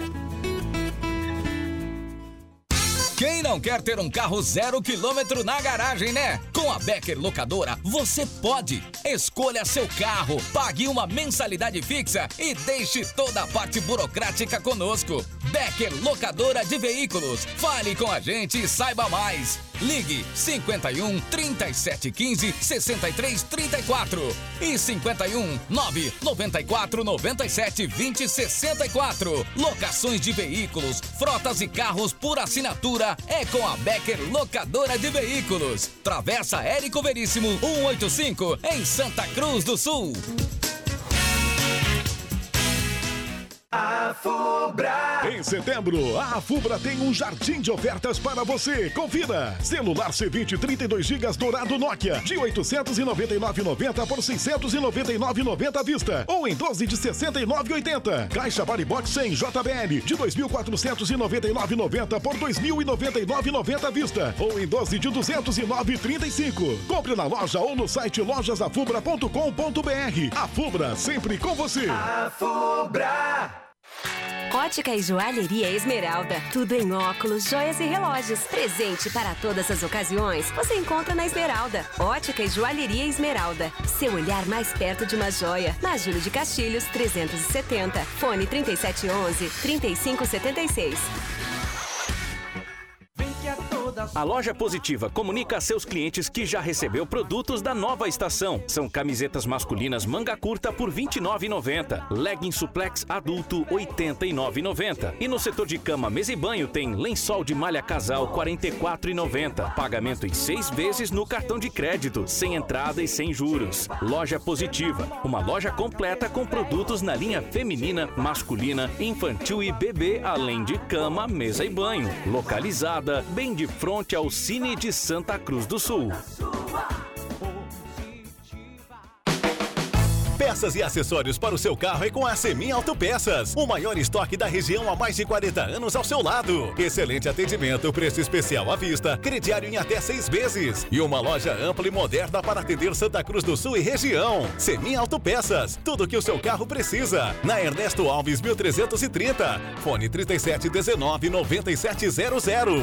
Quem não quer ter um carro zero quilômetro na garagem, né? Com a Becker Locadora, você pode. Escolha seu carro, pague uma mensalidade fixa e deixe toda a parte burocrática conosco. Becker Locadora de Veículos. Fale com a gente e saiba mais. Ligue cinquenta e um, trinta e sete, quinze, sessenta e três, trinta e quatro e cinquenta e um, nove, noventa e quatro, noventa e sete, vinte, sessenta e quatro. Locações de veículos, frotas e carros por assinatura é com a Becker Locadora de Veículos. Travessa Érico Veríssimo cento e oitenta e cinco em Santa Cruz do Sul. A Fubra. Em setembro, a Fubra tem um jardim de ofertas para você. Confira. Celular C vinte trinta e dois gigas dourado Nokia de oitocentos e noventa e nove reais e noventa centavos por seiscentos e noventa e nove reais e noventa centavos à vista ou em doze de sessenta e nove reais e oitenta centavos. Caixa Box cem J B L de dois mil quatrocentos e noventa e nove reais e noventa centavos por dois mil e noventa e nove reais e noventa centavos à vista ou em doze de duzentos e nove reais e trinta e cinco centavos. Compre na loja ou no site lojas a fubra ponto com ponto br. A Fubra, sempre com você. A Fubra. Ótica e Joalheria Esmeralda. Tudo em óculos, joias e relógios. Presente para todas as ocasiões. Você encontra na Esmeralda. Ótica e Joalheria Esmeralda. Seu olhar mais perto de uma joia. Na Júlio de Castilhos, trezentos e setenta. Fone trinta e sete onze, trinta e cinco setenta e seis. A Loja Positiva comunica a seus clientes que já recebeu produtos da nova estação. São camisetas masculinas manga curta por vinte e nove reais e noventa centavos. Legging suplex adulto oitenta e nove reais e noventa centavos. E no setor de cama, mesa e banho tem lençol de malha casal quarenta e quatro reais e noventa centavos. Pagamento em seis vezes no cartão de crédito, sem entrada e sem juros. Loja Positiva, uma loja completa com produtos na linha feminina, masculina, infantil e bebê, além de cama, mesa e banho. Localizada bem de frente ao Cine de Santa Cruz do Sul. Peças e acessórios para o seu carro é com a Semin Autopeças. O maior estoque da região há mais de quarenta anos ao seu lado. Excelente atendimento, preço especial à vista, crediário em até seis vezes. E uma loja ampla e moderna para atender Santa Cruz do Sul e região. Semin Autopeças, tudo que o seu carro precisa. Na Ernesto Alves mil trezentos e trinta. Fone trinta e sete dezenove, noventa e sete zero zero.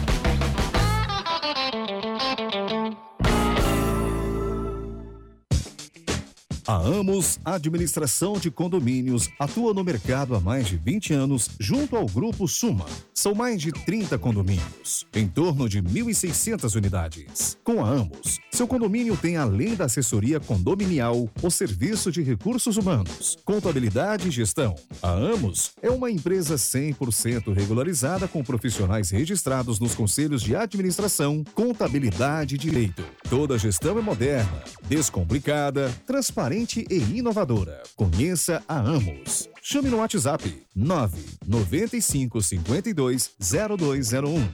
A Amos Administração de Condomínios atua no mercado há mais de vinte anos junto ao Grupo Suma. São mais de trinta condomínios, em torno de mil e seiscentas unidades. Com a Amos, seu condomínio tem, além da assessoria condominial, o serviço de recursos humanos, contabilidade e gestão. A Amos é uma empresa cem por cento regularizada com profissionais registrados nos conselhos de administração, contabilidade e direito. Toda a gestão é moderna, descomplicada, transparente transparente e inovadora. Conheça a Amos. Chame no WhatsApp nove nove cinco cinco dois zero dois zero um.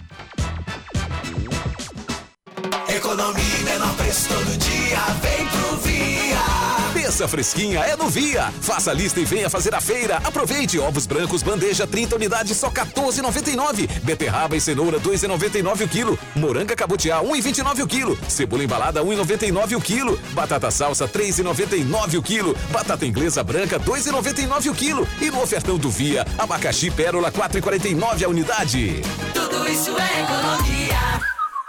Economia e menor preço todo dia, vem pro Via. Peça fresquinha é no Via. Faça a lista e venha fazer a feira. Aproveite ovos brancos, bandeja trinta unidades, só quatorze reais e noventa e nove centavos. Beterraba e cenoura dois reais e noventa e nove centavos o quilo. Moranga cabotiá um real e vinte e nove centavos o quilo. Cebola embalada um real e noventa e nove centavos o quilo. Batata salsa três reais e noventa e nove centavos o quilo. Batata inglesa branca dois reais e noventa e nove centavos o quilo. E no ofertão do Via, abacaxi pérola quatro reais e quarenta e nove centavos a unidade. Tudo isso é economia.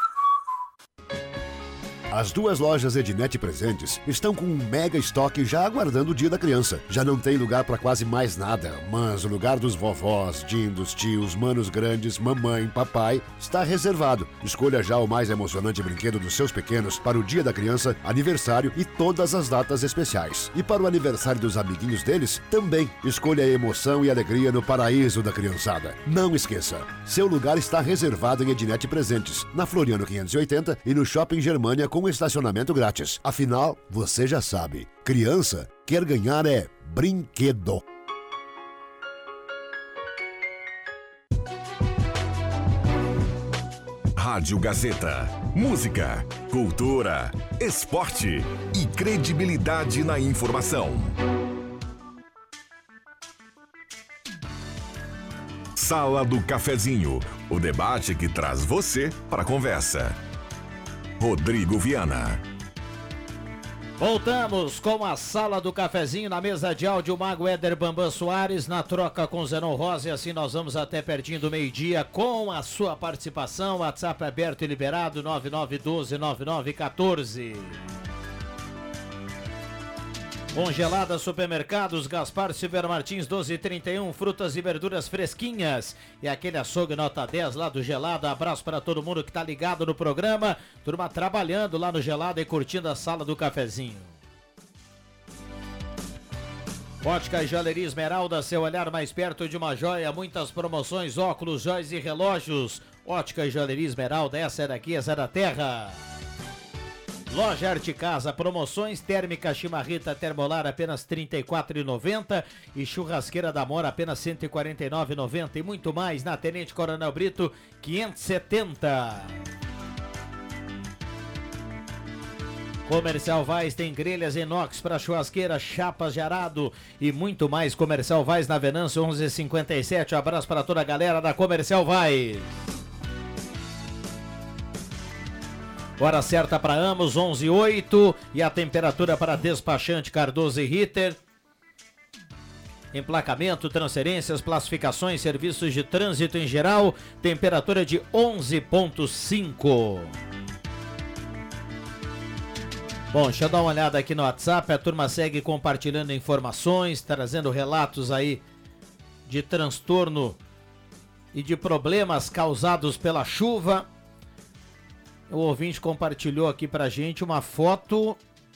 As duas lojas Ednet Presentes estão com um mega estoque já aguardando o dia da criança. Já não tem lugar para quase mais nada, mas o lugar dos vovós, dindos, tios, manos grandes, mamãe, papai está reservado. Escolha já o mais emocionante brinquedo dos seus pequenos para o dia da criança, aniversário e todas as datas especiais. E para o aniversário dos amiguinhos deles, também. Escolha a emoção e alegria no paraíso da criançada. Não esqueça, seu lugar está reservado em Ednet Presentes, na Floriano quinhentos e oitenta e no Shopping Germânia com estacionamento grátis. Afinal, você já sabe, criança quer ganhar é brinquedo. Rádio Gazeta. Música, cultura, esporte e credibilidade na informação. Sala do Cafezinho, o debate que traz você para a conversa. Rodrigo Viana. Voltamos com a Sala do Cafezinho, na mesa de áudio, o Mago Éder Bambam Soares, na troca com Zenon Rosa, e assim nós vamos até pertinho do meio-dia com a sua participação. WhatsApp aberto e liberado, nove nove um dois nove nove um quatro. Congelada Supermercados, Gaspar Silveira Martins, doze e trinta e um, frutas e verduras fresquinhas. E aquele açougue nota dez lá do Gelado. Abraço para todo mundo que tá ligado no programa. Turma trabalhando lá no Gelado e curtindo a Sala do Cafezinho. Ótica e Joalheria Esmeralda, seu olhar mais perto de uma joia. Muitas promoções, óculos, joias e relógios. Ótica e Joalheria Esmeralda, essa é daqui, essa é da terra. Loja Arte Casa, promoções térmica Chimarrita Termolar apenas trinta e quatro reais e noventa centavos e churrasqueira da Mora apenas cento e quarenta e nove reais e noventa centavos e muito mais na Tenente Coronel Brito quinhentos e setenta. Comercial Vaz tem grelhas inox para churrasqueira, chapas de arado e muito mais. Comercial Vaz na Venâncio onze e cinquenta e sete. Um abraço para toda a galera da Comercial Vaz. Hora certa para Amos, onze e oito, e a temperatura para despachante Cardoso e Ritter. Emplacamento, transferências, classificações, serviços de trânsito em geral, temperatura de onze vírgula cinco. Bom, deixa eu dar uma olhada aqui no WhatsApp, a turma segue compartilhando informações, trazendo relatos aí de transtorno e de problemas causados pela chuva. O ouvinte compartilhou aqui pra gente uma foto.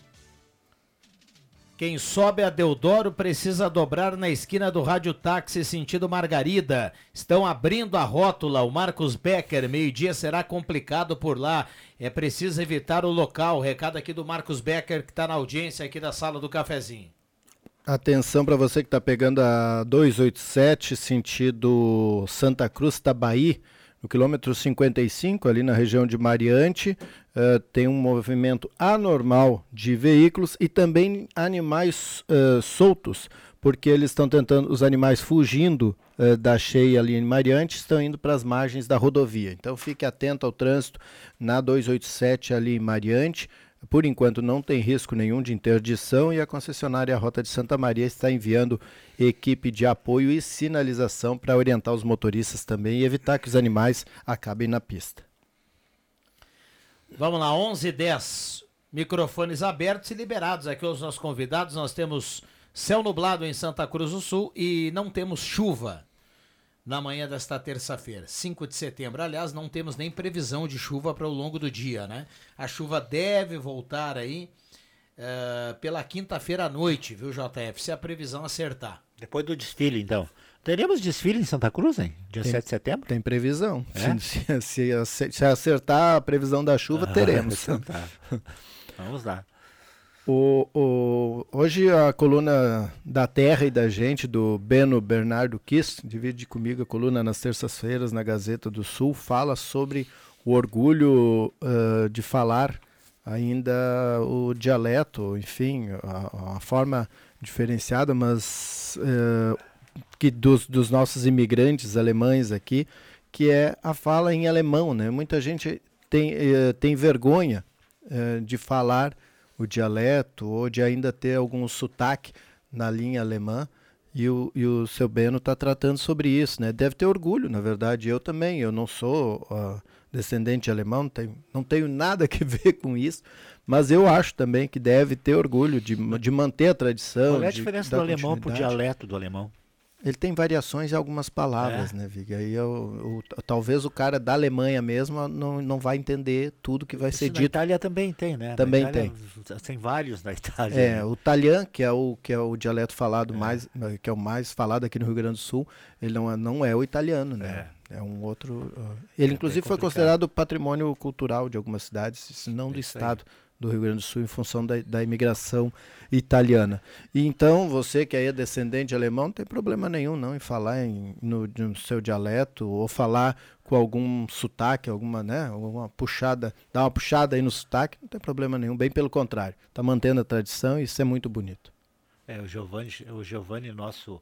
Quem sobe a Deodoro precisa dobrar na esquina do Rádio Táxi sentido Margarida. Estão abrindo a rótula. O Marcos Becker, meio-dia será complicado por lá. É preciso evitar o local. Recado aqui do Marcos Becker, que está na audiência aqui da Sala do Cafezinho. Atenção para você que está pegando a duzentos e oitenta e sete, sentido Santa Cruz, Tabaí. No quilômetro cinquenta e cinco, ali na região de Mariante, uh, tem um movimento anormal de veículos e também animais uh, soltos, porque eles estão tentando, os animais fugindo uh, da cheia ali em Mariante, estão indo para as margens da rodovia. Então fique atento ao trânsito na duzentos e oitenta e sete ali em Mariante. Por enquanto não tem risco nenhum de interdição e a concessionária Rota de Santa Maria está enviando equipe de apoio e sinalização para orientar os motoristas também e evitar que os animais acabem na pista. Vamos lá, onze e dez, microfones abertos e liberados aqui aos nossos convidados. Nós temos céu nublado em Santa Cruz do Sul e não temos chuva na manhã desta terça-feira, cinco de setembro. Aliás, não temos nem previsão de chuva para o longo do dia, né? A chuva deve voltar aí uh, pela quinta-feira à noite, viu, J F? Se a previsão acertar. Depois do desfile, então. Teremos desfile em Santa Cruz, hein? Dia tem, sete de setembro? Tem previsão. É? Se, se, se acertar a previsão da chuva, ah, teremos. Então tá. Vamos lá. O, o, hoje a coluna da Terra e da Gente, do Beno Bernardo Kiss, divide comigo a coluna nas terças-feiras na Gazeta do Sul, fala sobre o orgulho uh, de falar ainda o dialeto, enfim, a, a forma diferenciada, mas uh, que dos, dos nossos imigrantes alemães aqui, que é a fala em alemão, né? Muita gente tem, uh, tem vergonha uh, de falar o dialeto ou de ainda ter algum sotaque na linha alemã, e o, e o seu Beno está tratando sobre isso, né? Deve ter orgulho, na verdade, eu também, eu não sou uh, descendente de alemão, não tenho, não tenho nada a ver com isso, mas eu acho também que deve ter orgulho de, de manter a tradição. Qual é a de, diferença da do alemão para o continuidade. dialeto do alemão? Ele tem variações em algumas palavras, É. né, Vig? Aí eu, eu, talvez o cara da Alemanha mesmo não, não vai entender tudo que vai Isso ser na dito. Itália também tem, né? Na Também Itália, tem. Tem vários na Itália. É, né? o italiano, que é o, que é o dialeto falado mais, que é o mais falado aqui no Rio Grande do Sul, ele não é, não é o italiano, né? É, um outro. Uh, ele, É inclusive, bem foi complicado. considerado patrimônio cultural de algumas cidades, se não do Isso aí. estado do Rio Grande do Sul, em função da, da imigração italiana. E então, você que aí é descendente de alemão, não tem problema nenhum não em falar em, no, no seu dialeto, ou falar com algum sotaque, alguma, né, alguma puxada, dar uma puxada aí no sotaque, não tem problema nenhum, bem pelo contrário. Está mantendo a tradição e isso é muito bonito. É, o Giovanni, o Giovanni nosso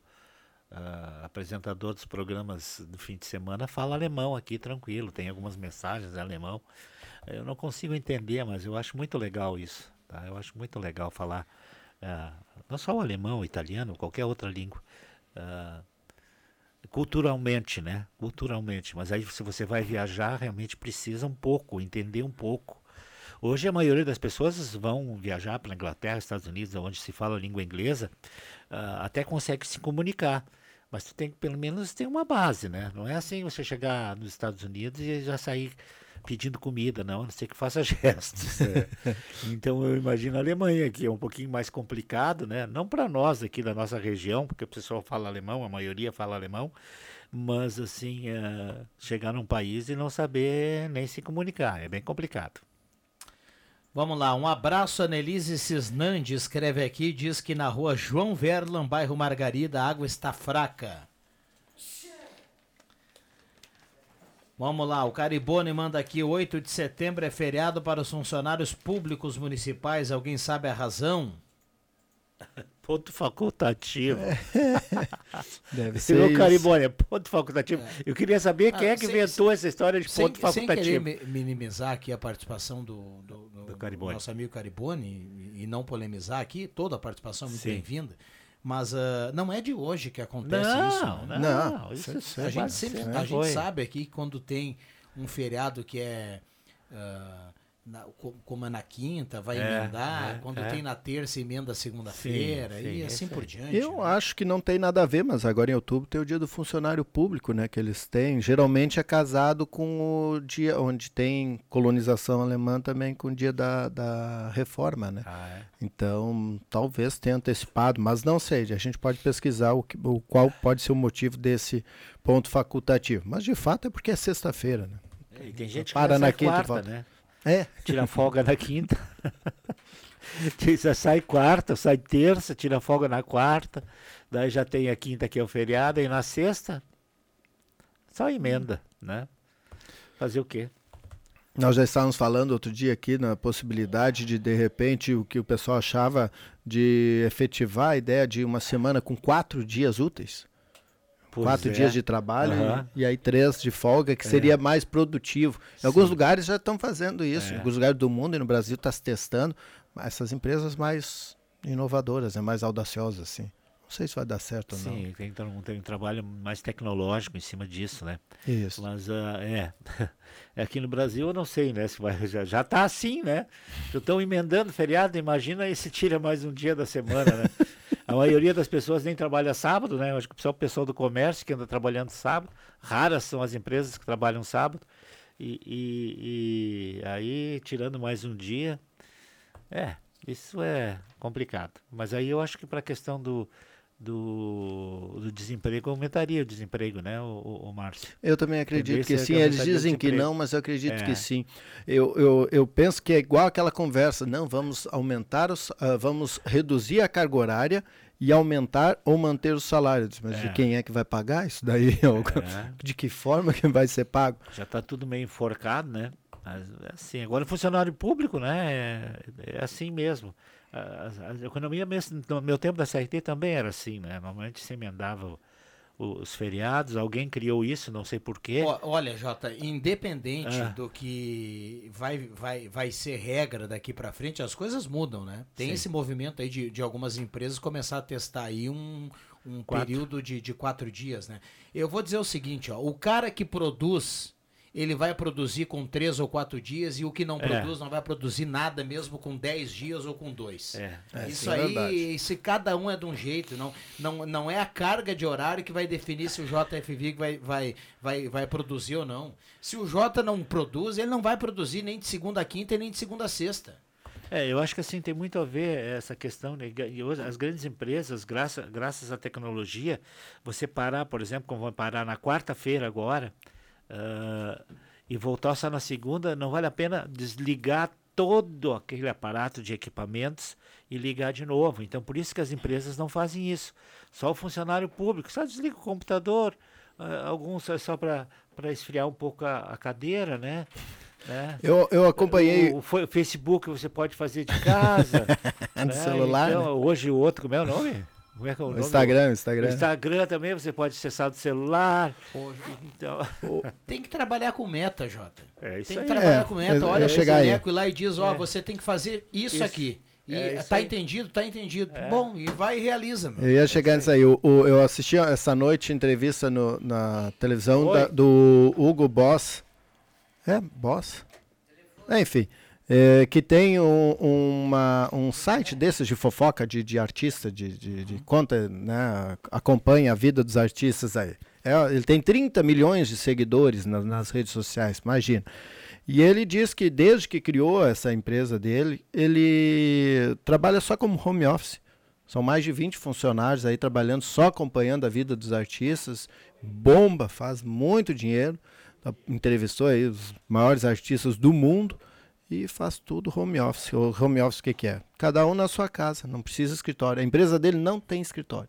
uh, apresentador dos programas do fim de semana, fala alemão aqui, tranquilo, tem algumas mensagens em alemão. Eu não consigo entender, mas eu acho muito legal isso. Tá? Eu acho muito legal falar, uh, não só o alemão, o italiano, qualquer outra língua. Uh, culturalmente, né? Culturalmente. Mas aí se você vai viajar, realmente precisa um pouco, entender um pouco. Hoje a maioria das pessoas vão viajar para a Inglaterra, Estados Unidos, onde se fala a língua inglesa, uh, até consegue se comunicar. Mas tu tem que pelo menos ter uma base, né? Não é assim você chegar nos Estados Unidos e já sair pedindo comida, não, a não ser que faça gestos. É. Então eu imagino a Alemanha, que é um pouquinho mais complicado, né? Não para nós aqui da nossa região, porque o pessoal fala alemão, a maioria fala alemão, mas assim, uh, chegar num país e não saber nem se comunicar, é bem complicado. Vamos lá, um abraço a Nelise Cisnandi, escreve aqui, diz que na rua João Verlan, bairro Margarida, a água está fraca. Vamos lá, o Caribone manda aqui, oito de setembro é feriado para os funcionários públicos municipais, alguém sabe a razão? Ponto facultativo. É. Deve Esse ser meu isso. Caribone é ponto facultativo. É. Eu queria saber quem Ah, é que sem, inventou essa história de sem, ponto facultativo. Sem querer minimizar aqui a participação do, do, do, do, Caribone. do nosso amigo Caribone e, e não polemizar aqui, toda a participação muito bem-vinda. Mas uh, não é de hoje que acontece não, isso. Né? Não, não. Isso, isso a é gente, sempre, é, a gente sabe aqui que quando tem um feriado que é... Uh, Na, como é na quinta, vai é, emendar, é, quando é. tem na terça, emenda segunda-feira e sim, assim por diante. Eu né? acho que não tem nada a ver, mas agora em outubro tem o dia do funcionário público, né, que eles têm. Geralmente é casado com o dia onde tem colonização alemã também, com o dia da, da reforma, né? Ah, é? Então, talvez tenha antecipado, mas não sei, a gente pode pesquisar o, que, o qual pode ser o motivo desse ponto facultativo. Mas de fato é porque é sexta-feira, né? E tem gente que para já na sai quinta quarta, volta. né? É. Tira folga na quinta. Já sai quarta, sai terça, tira folga na quarta. Daí já tem a quinta que é o feriado. E na sexta, só emenda, né? Fazer o quê? Nós já estávamos falando outro dia aqui na possibilidade de, de repente, o que o pessoal achava de efetivar a ideia de uma semana com quatro dias úteis. Pois quatro é. dias de trabalho uhum. e, e aí três de folga, que é. seria mais produtivo. Em Sim. alguns lugares já estão fazendo isso, é. em alguns lugares do mundo e no Brasil está se testando, mas essas empresas mais inovadoras, né, mais audaciosas, assim. Não sei se vai dar certo ou não. Sim, tem, tem um trabalho mais tecnológico em cima disso, né? Isso. Mas, uh, é, aqui no Brasil eu não sei, né? Se vai, já, já tá assim, né? Estão emendando feriado, imagina aí se tira mais um dia da semana, né? A maioria das pessoas nem trabalha sábado, né? Eu acho que só o pessoal do comércio que anda trabalhando sábado. Raras são as empresas que trabalham sábado. E, e, e aí, tirando mais um dia, é, isso é complicado. Mas aí eu acho que para a questão do, do, do desemprego, aumentaria o desemprego, né, o, o, o Márcio? Eu também acredito que sim, eles dizem que não, mas eu acredito é. que sim. Eu, eu, eu penso que é igual aquela conversa, não, vamos aumentar, os, uh, vamos reduzir a carga horária e aumentar ou manter os salários. Mas é. de quem é que vai pagar isso daí? É. De que forma que vai ser pago? Já está tudo meio enforcado, né? Mas, assim, agora funcionário público, né, é, é assim mesmo. A, a, a economia, mesmo, no meu tempo da C R T também era assim, né? Normalmente se emendava o, o, os feriados, alguém criou isso, não sei porquê. Olha, Jota, independente ah. do que vai, vai, vai ser regra daqui para frente, as coisas mudam, né? Tem Sim. esse movimento aí de, de algumas empresas começar a testar aí um, um período de, de quatro dias, né? Eu vou dizer o seguinte, ó, o cara que produz... ele vai produzir com três ou quatro dias e o que não é. produz não vai produzir nada mesmo com dez dias ou com dois. É, é, Isso aí, é se cada um é de um jeito, não, não, não é a carga de horário que vai definir se o J F V vai, vai, vai, vai produzir ou não. Se o J não produz, ele não vai produzir nem de segunda a quinta e nem de segunda a sexta. É, eu acho que assim tem muito a ver essa questão, né? As grandes empresas, graças, graças à tecnologia, você parar, por exemplo, como vai parar na quarta-feira agora, Uh, e voltar só na segunda, não vale a pena desligar todo aquele aparato de equipamentos e ligar de novo. Então, por isso que as empresas não fazem isso. Só o funcionário público, só desliga o computador, uh, alguns é só para esfriar um pouco a, a cadeira, né? né? Eu, eu acompanhei... O, o Facebook você pode fazer de casa. No né? celular, então, né? Hoje o outro, como é o nome? Como é que é o, o nome? Instagram, o Instagram. O Instagram também você pode acessar do celular. Então... Tem que trabalhar com meta, Jota. É isso tem que aí. trabalhar é, com meta. Olha, esse boneco lá e diz, ó, é. você tem que fazer isso, isso. aqui. E é isso tá aí. entendido? Tá entendido. É. Bom, e vai e realiza, meu. Eu ia chegar nisso aí. Eu, eu assisti essa noite entrevista no, na televisão da, do Hugo Boss. É, Boss? É, enfim. É, que tem um, uma, um site desses de fofoca de, de artista, de, de, de conta, né, acompanha a vida dos artistas aí. É, ele tem trinta milhões de seguidores na, nas redes sociais, imagina. E ele diz que desde que criou essa empresa dele, ele trabalha só como home office. São mais de vinte funcionários aí trabalhando só acompanhando a vida dos artistas. Bomba, faz muito dinheiro. Entrevistou aí os maiores artistas do mundo. E faz tudo home office. O home office o que, que é? Cada um na sua casa, não precisa escritório. A empresa dele não tem escritório.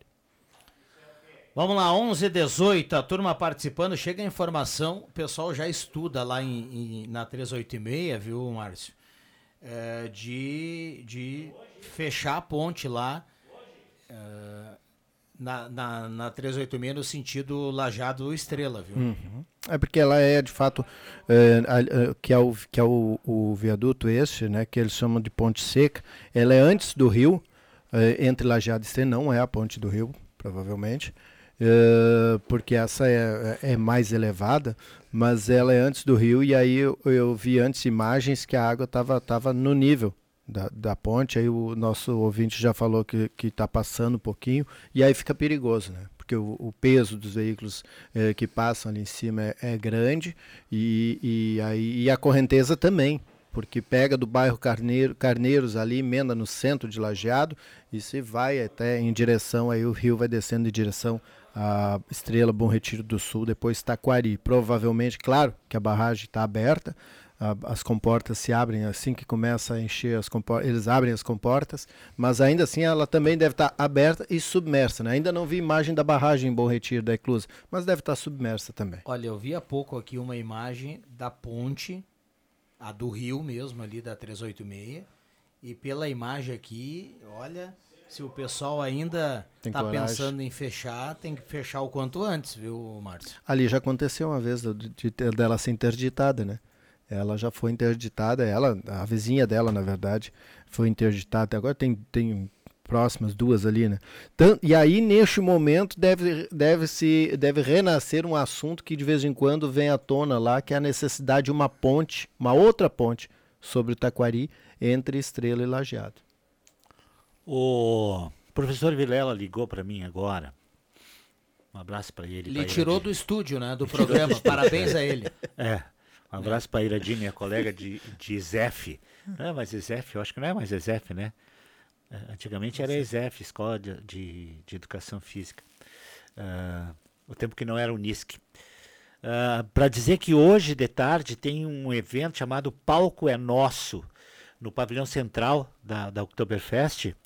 Vamos lá, onze e dezoito, a turma participando. Chega a informação, o pessoal já estuda lá em, em, na trezentos e oitenta e seis, viu, Márcio? É, de, de fechar a ponte lá é, na, na, na trezentos e oitenta e seis no sentido Lajeado Estrela, viu? Uhum. É porque ela é, de fato, é, a, a, que é, o, que é o, o viaduto este, né, que eles chamam de Ponte Seca. Ela é antes do rio, é, entre Lajeado e Estrela, não é a ponte do rio, provavelmente, é, porque essa é, é mais elevada, mas ela é antes do rio, e aí eu, eu vi antes imagens que a água estava tava no nível da, da ponte, aí o nosso ouvinte já falou que está passando um pouquinho, e aí fica perigoso, né? Porque o, o peso dos veículos eh, que passam ali em cima é, é grande e, e, aí, e a correnteza também, porque pega do bairro Carneiro, Carneiros ali, emenda no centro de Lajeado e se vai até em direção, aí o rio vai descendo em direção a Estrela, Bom Retiro do Sul, depois Taquari. Provavelmente, claro, que a barragem está aberta, as comportas se abrem assim que começa a encher as comportas, eles abrem as comportas, mas ainda assim ela também deve estar aberta e submersa, né? Ainda não vi imagem da barragem em Bom Retiro da Eclusa, mas deve estar submersa também. Olha, eu vi há pouco aqui uma imagem da ponte, a do rio mesmo ali da trezentos e oitenta e seis, e pela imagem aqui, olha, se o pessoal ainda está pensando em fechar, tem que fechar o quanto antes, viu, Márcio? Ali já aconteceu uma vez de, de, de, dela ser interditada, né? Ela já foi interditada, ela, a vizinha dela, na verdade, foi interditada. Agora tem, tem próximas duas ali, né? Então, e aí, neste momento, deve, deve, se, deve renascer um assunto que de vez em quando vem à tona lá, que é a necessidade de uma ponte, uma outra ponte sobre o Taquari, entre Estrela e Lajeado. O professor Vilela ligou para mim agora. Um abraço para ele. Ele tirou do estúdio, né, do programa. Parabéns a ele. É. Um abraço para a Iradinha, minha colega de, de Zef. Não é mais Zef, eu acho que não é mais Zef, né? Antigamente era a ESEF, Escola de, de, de Educação Física. Uh, o tempo que não era o Unisc. Uh, para dizer que hoje de tarde tem um evento chamado Palco é Nosso, no pavilhão central da, da Oktoberfest,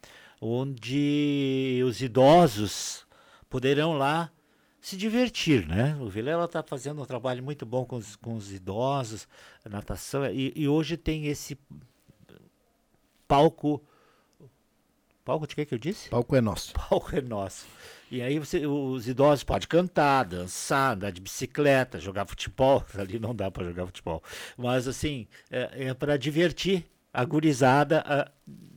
onde os idosos poderão lá se divertir, né? O Vilela está fazendo um trabalho muito bom com os, com os idosos, a natação, e, e hoje tem esse palco... Palco de que que eu disse? Palco é nosso. Palco é nosso. E aí você, os idosos podem cantar, dançar, andar de bicicleta, jogar futebol. Ali não dá para jogar futebol. Mas assim, é, é para divertir a gurizada a,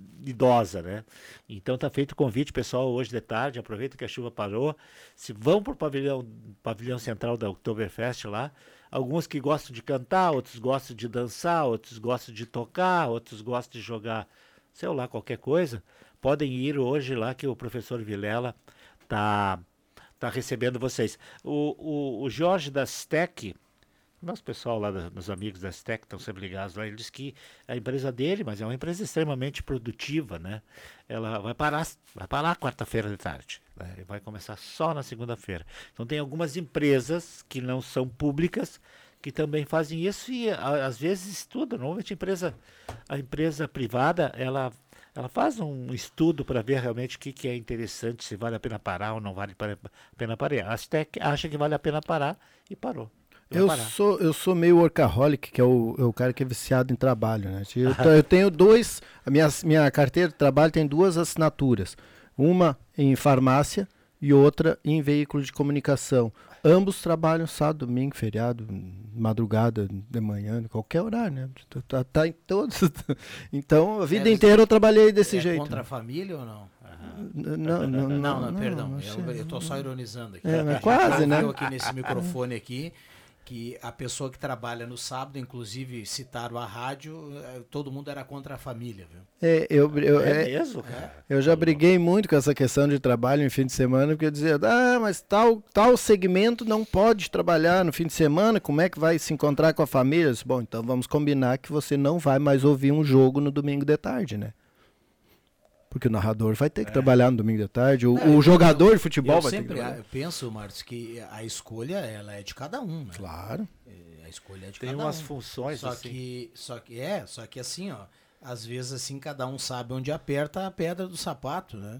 idosa, né? Então tá feito o convite, pessoal, hoje de tarde, aproveita que a chuva parou. Se vão para o pavilhão, pavilhão central da Oktoberfest lá, alguns que gostam de cantar, outros gostam de dançar, outros gostam de tocar, outros gostam de jogar, sei lá, qualquer coisa, podem ir hoje lá que o professor Vilela tá, tá recebendo vocês. O, o, o Jorge da Stec, nosso pessoal lá, da, meus amigos da Stec estão sempre ligados lá, ele disse que a empresa dele, mas é uma empresa extremamente produtiva, né? Ela vai parar, vai parar quarta-feira de tarde, né? E vai começar só na segunda-feira. Então tem algumas empresas que não são públicas que também fazem isso e a, às vezes estudam. Normalmente a empresa, a empresa privada, ela Ela faz um estudo para ver realmente o que, que é interessante, se vale a pena parar ou não vale a pena parar. A Stec acha que vale a pena parar e parou. Eu sou, eu sou meio workaholic, que é o, é o cara que é viciado em trabalho, né? Eu, eu tenho dois, a minha, minha carteira de trabalho tem duas assinaturas. Uma em farmácia e outra em veículo de comunicação. Ambos trabalham sábado, domingo, feriado, madrugada, de manhã, qualquer horário, né? Tá, tá em todos. Então, a vida é, inteira eu trabalhei desse é jeito. Contra a família ou não? Não, não, não, não, não, não, perdão. não, eu, eu tô só ironizando aqui. É, mas quase, né? Eu aqui nesse microfone aqui, que a pessoa que trabalha no sábado, inclusive citaram a rádio, todo mundo era contra a família, viu? É, eu, eu, é, é mesmo, cara? Eu já briguei muito com essa questão de trabalho em fim de semana, porque eu dizia, ah, mas tal, tal segmento não pode trabalhar no fim de semana, como é que vai se encontrar com a família? Eu disse, bom, então vamos combinar que você não vai mais ouvir um jogo no domingo de tarde, né? Porque o narrador vai ter que é. trabalhar no domingo de tarde, o, não, o jogador eu, de futebol eu vai sempre ter que trabalhar. Eu penso, Marcos, que a escolha ela é de cada um, né? Claro. A escolha é de Tem cada um. Tem umas funções só assim. Que, só que é, só que assim, ó, às vezes assim cada um sabe onde aperta a pedra do sapato, né?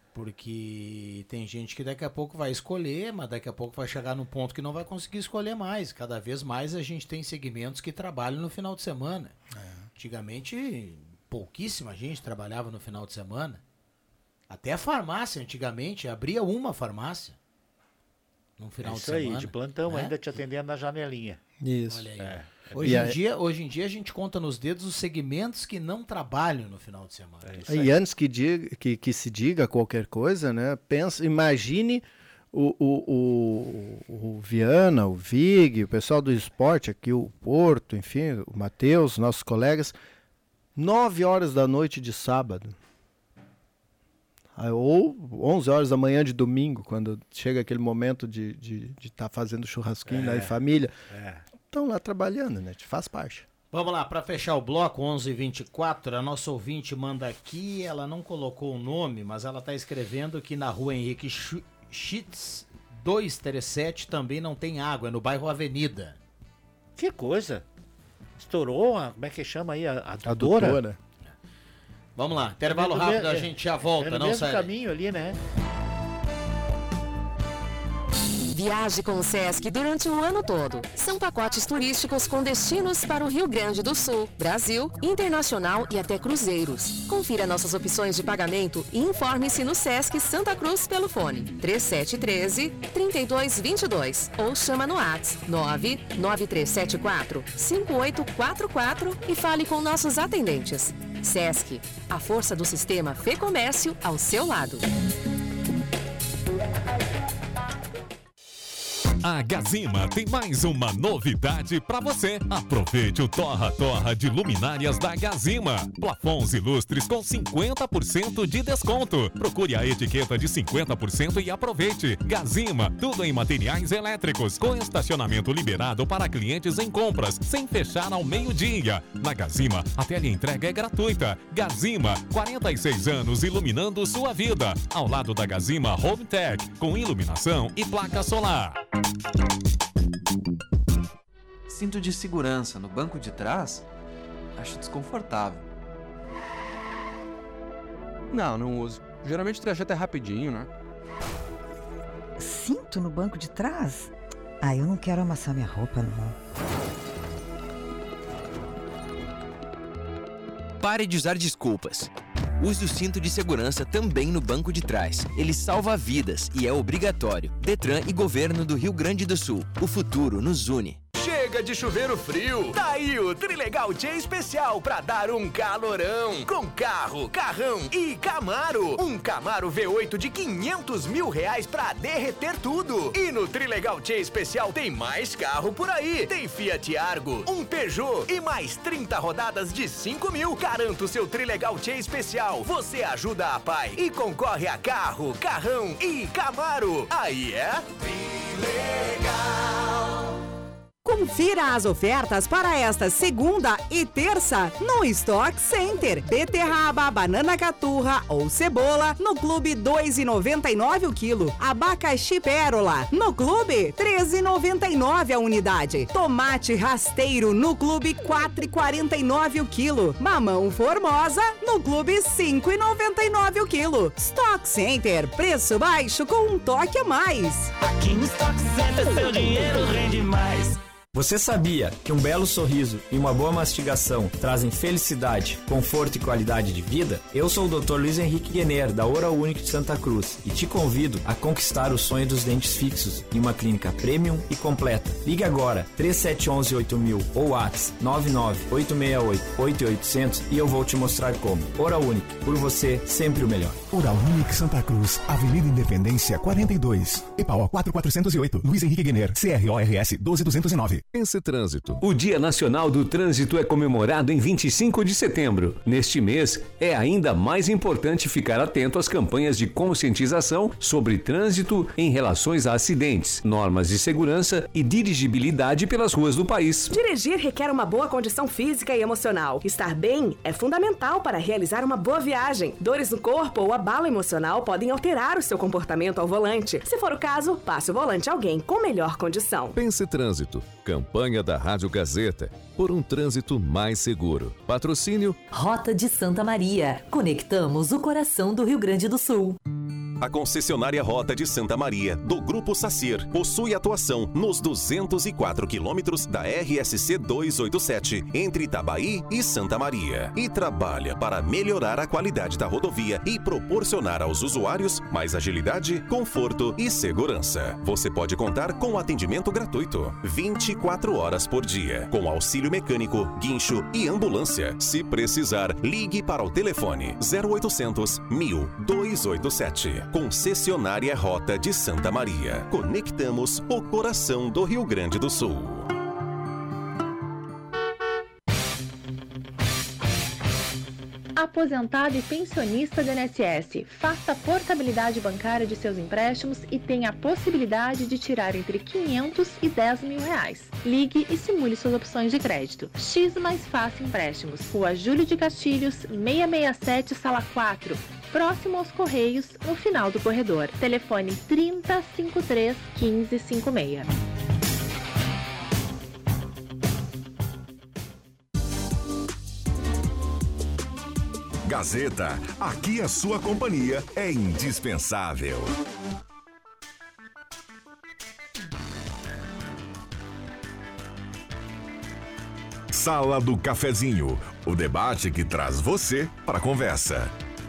Porque tem gente que daqui a pouco vai escolher, mas daqui a pouco vai chegar no ponto que não vai conseguir escolher mais. Cada vez mais a gente tem segmentos que trabalham no final de semana. É. Antigamente, pouquíssima gente trabalhava no final de semana. Até a farmácia, antigamente, abria uma farmácia no final é de isso semana. aí, de plantão, né? ainda te atendendo na janelinha. Isso. Olha aí. É. Hoje, em dia, hoje em dia a gente conta nos dedos os segmentos que não trabalham no final de semana. É e antes que, diga, que, que se diga qualquer coisa, né? Pensa, imagine o, o, o, o Viana, o Vig, o pessoal do esporte aqui, o Porto, enfim, o Matheus, nossos colegas, nove horas da noite de sábado. Ou onze horas da manhã de domingo, quando chega aquele momento de estar de, de tá fazendo churrasquinho é, lá em família. Estão é. lá trabalhando, né? Faz parte. Vamos lá, para fechar o bloco, onze e vinte e quatro, a nossa ouvinte manda aqui, ela não colocou o nome, mas ela está escrevendo que na rua Henrique Schitz, duzentos e trinta e sete, também não tem água, é no bairro Avenida. Que coisa! Estourou, a, como é que chama aí, a, a A doutora. Vamos lá, intervalo rápido, a gente já volta, é no não mesmo sai. caminho ali, né? Viaje com o Sesc durante o ano todo. São pacotes turísticos com destinos para o Rio Grande do Sul, Brasil, internacional e até cruzeiros. Confira nossas opções de pagamento e informe-se no Sesc Santa Cruz pelo fone trinta e sete treze, trinta e dois vinte e dois ou chama no WhatsApp nove nove três sete quatro, cinco oito quatro quatro e fale com nossos atendentes. Sesc, a força do sistema Fê Comércio ao seu lado. A Gazima tem mais uma novidade para você. Aproveite o Torra Torra de luminárias da Gazima. Plafons e lustres com cinquenta por cento de desconto. Procure a etiqueta de cinquenta por cento e aproveite. Gazima, tudo em materiais elétricos, com estacionamento liberado para clientes em compras, sem fechar ao meio-dia. Na Gazima, a teleentrega é gratuita. Gazima, quarenta e seis anos iluminando sua vida. Ao lado da Gazima Home Tech, com iluminação e placa solar. Cinto de segurança no banco de trás? Acho desconfortável. Não, não uso. Geralmente o trajeto é rapidinho, né? Cinto no banco de trás? Ah, eu não quero amassar minha roupa, não. Pare de usar desculpas. Use o cinto de segurança também no banco de trás. Ele salva vidas e é obrigatório. Detran e Governo do Rio Grande do Sul. O futuro nos une. Chega de chuveiro frio. Tá aí o Trilegal Tchê especial pra dar um calorão. Com carro, carrão e Camaro. Um Camaro V oito de quinhentos mil reais pra derreter tudo. E no Trilegal Tchê especial tem mais carro por aí. Tem Fiat Argo, um Peugeot e mais trinta rodadas de cinco mil. Garanta o seu Trilegal Tchê especial. Você ajuda a pai e concorre a carro, carrão e Camaro. Aí é Trilegal. Confira as ofertas para esta segunda e terça no Stock Center. Beterraba, banana caturra ou cebola no Clube dois reais e noventa e nove centavos o quilo. Abacaxi pérola no Clube treze reais e noventa e nove centavos a unidade. Tomate rasteiro no Clube quatro reais e quarenta e nove centavos o quilo. Mamão formosa no Clube cinco reais e noventa e nove centavos o quilo. Stock Center, preço baixo com um toque a mais. Aqui no Stock Center seu dinheiro rende mais. Você sabia que um belo sorriso e uma boa mastigação trazem felicidade, conforto e qualidade de vida? Eu sou o doutor Luiz Henrique Guener, da Oral Unique de Santa Cruz, e te convido a conquistar o sonho dos dentes fixos em uma clínica premium e completa. Ligue agora, três sete um um oito mil ou WhatsApp nove nove oito seis oito oito oito zero zero e eu vou te mostrar como. Oral Unique, por você, sempre o melhor. Oral Unique Santa Cruz, Avenida Independência quarenta e dois, E P A O quatro quatrocentos e oito, Luiz Henrique Guener, C R O R S doze duzentos e nove. Pense Trânsito. O Dia Nacional do Trânsito é comemorado em vinte e cinco de setembro. Neste mês, é ainda mais importante ficar atento às campanhas de conscientização sobre trânsito em relações a acidentes, normas de segurança e dirigibilidade pelas ruas do país. Dirigir requer uma boa condição física e emocional. Estar bem é fundamental para realizar uma boa viagem. Dores no corpo ou abalo emocional podem alterar o seu comportamento ao volante. Se for o caso, passe o volante a alguém com melhor condição. Pense Trânsito. Campanha da Rádio Gazeta por um trânsito mais seguro. Patrocínio Rota de Santa Maria. Conectamos o coração do Rio Grande do Sul. A concessionária Rota de Santa Maria, do Grupo Sacir, possui atuação nos duzentos e quatro quilômetros da R S C duzentos e oitenta e sete, entre Itabaí e Santa Maria, e trabalha para melhorar a qualidade da rodovia e proporcionar aos usuários mais agilidade, conforto e segurança. Você pode contar com atendimento gratuito, vinte e quatro horas por dia, com auxílio mecânico, guincho e ambulância. Se precisar, ligue para o telefone zero oitocentos, mil, duzentos e oitenta e sete. Concessionária Rota de Santa Maria. Conectamos o coração do Rio Grande do Sul. Aposentado e pensionista do I N S S, faça a portabilidade bancária de seus empréstimos e tenha a possibilidade de tirar entre quinhentos e dez mil reais. Ligue e simule suas opções de crédito. X Mais Fácil Empréstimos, Rua Júlio de Castilhos, seiscentos e sessenta e sete, Sala quatro. Próximo aos Correios, no final do corredor. Telefone trinta, cinquenta e três, quinze, cinquenta e seis. Gazeta, aqui a sua companhia é indispensável. Sala do Cafezinho, o debate que traz você para a conversa.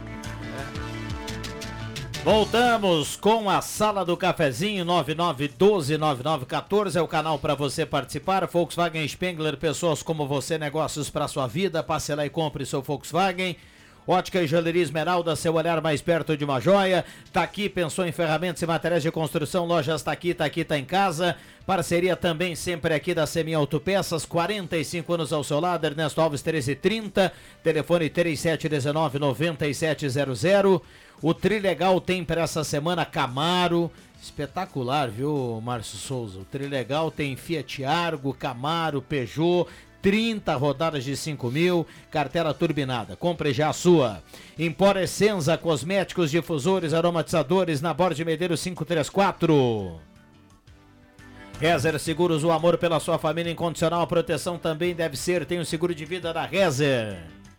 Voltamos com a Sala do Cafezinho. Nove nove um dois, nove nove um quatro é o canal para você participar. Volkswagen Spengler, pessoas como você, negócios para sua vida. Passe lá e compre seu Volkswagen. Ótica e Joalheria Esmeralda, seu olhar mais perto de uma joia. Tá aqui, pensou em ferramentas e materiais de construção, lojas Tá Aqui, Tá Aqui, Tá em Casa. Parceria também sempre aqui da Semi Autopeças, quarenta e cinco anos ao seu lado, Ernesto Alves treze trinta, telefone três sete um nove, nove sete zero zero. O Trilegal tem para essa semana Camaro, espetacular, viu, Márcio Souza? O Trilegal tem Fiat Argo, Camaro, Peugeot, trinta rodadas de cinco mil, cartela turbinada. Compre já a sua. Empor Essenza, cosméticos, difusores, aromatizadores, na Borda de Medeiros quinhentos e trinta e quatro. Rezer Seguros, o amor pela sua família incondicional, a proteção também deve ser. Tem o seguro de vida da Rezer.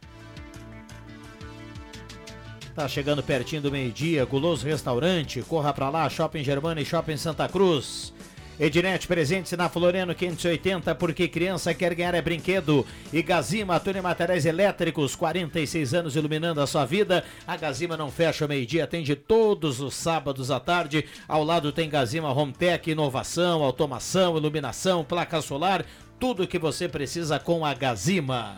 Tá chegando pertinho do meio-dia, Guloso Restaurante, corra pra lá, Shopping Germana e Shopping Santa Cruz. Ednet, presente na Floriano quinhentos e oitenta, porque criança quer ganhar é brinquedo. E Gazima, Tune Materiais Elétricos, quarenta e seis anos iluminando a sua vida. A Gazima não fecha ao meio-dia, atende todos os sábados à tarde. Ao lado tem Gazima Home Tech, inovação, automação, iluminação, placa solar, tudo que você precisa com a Gazima.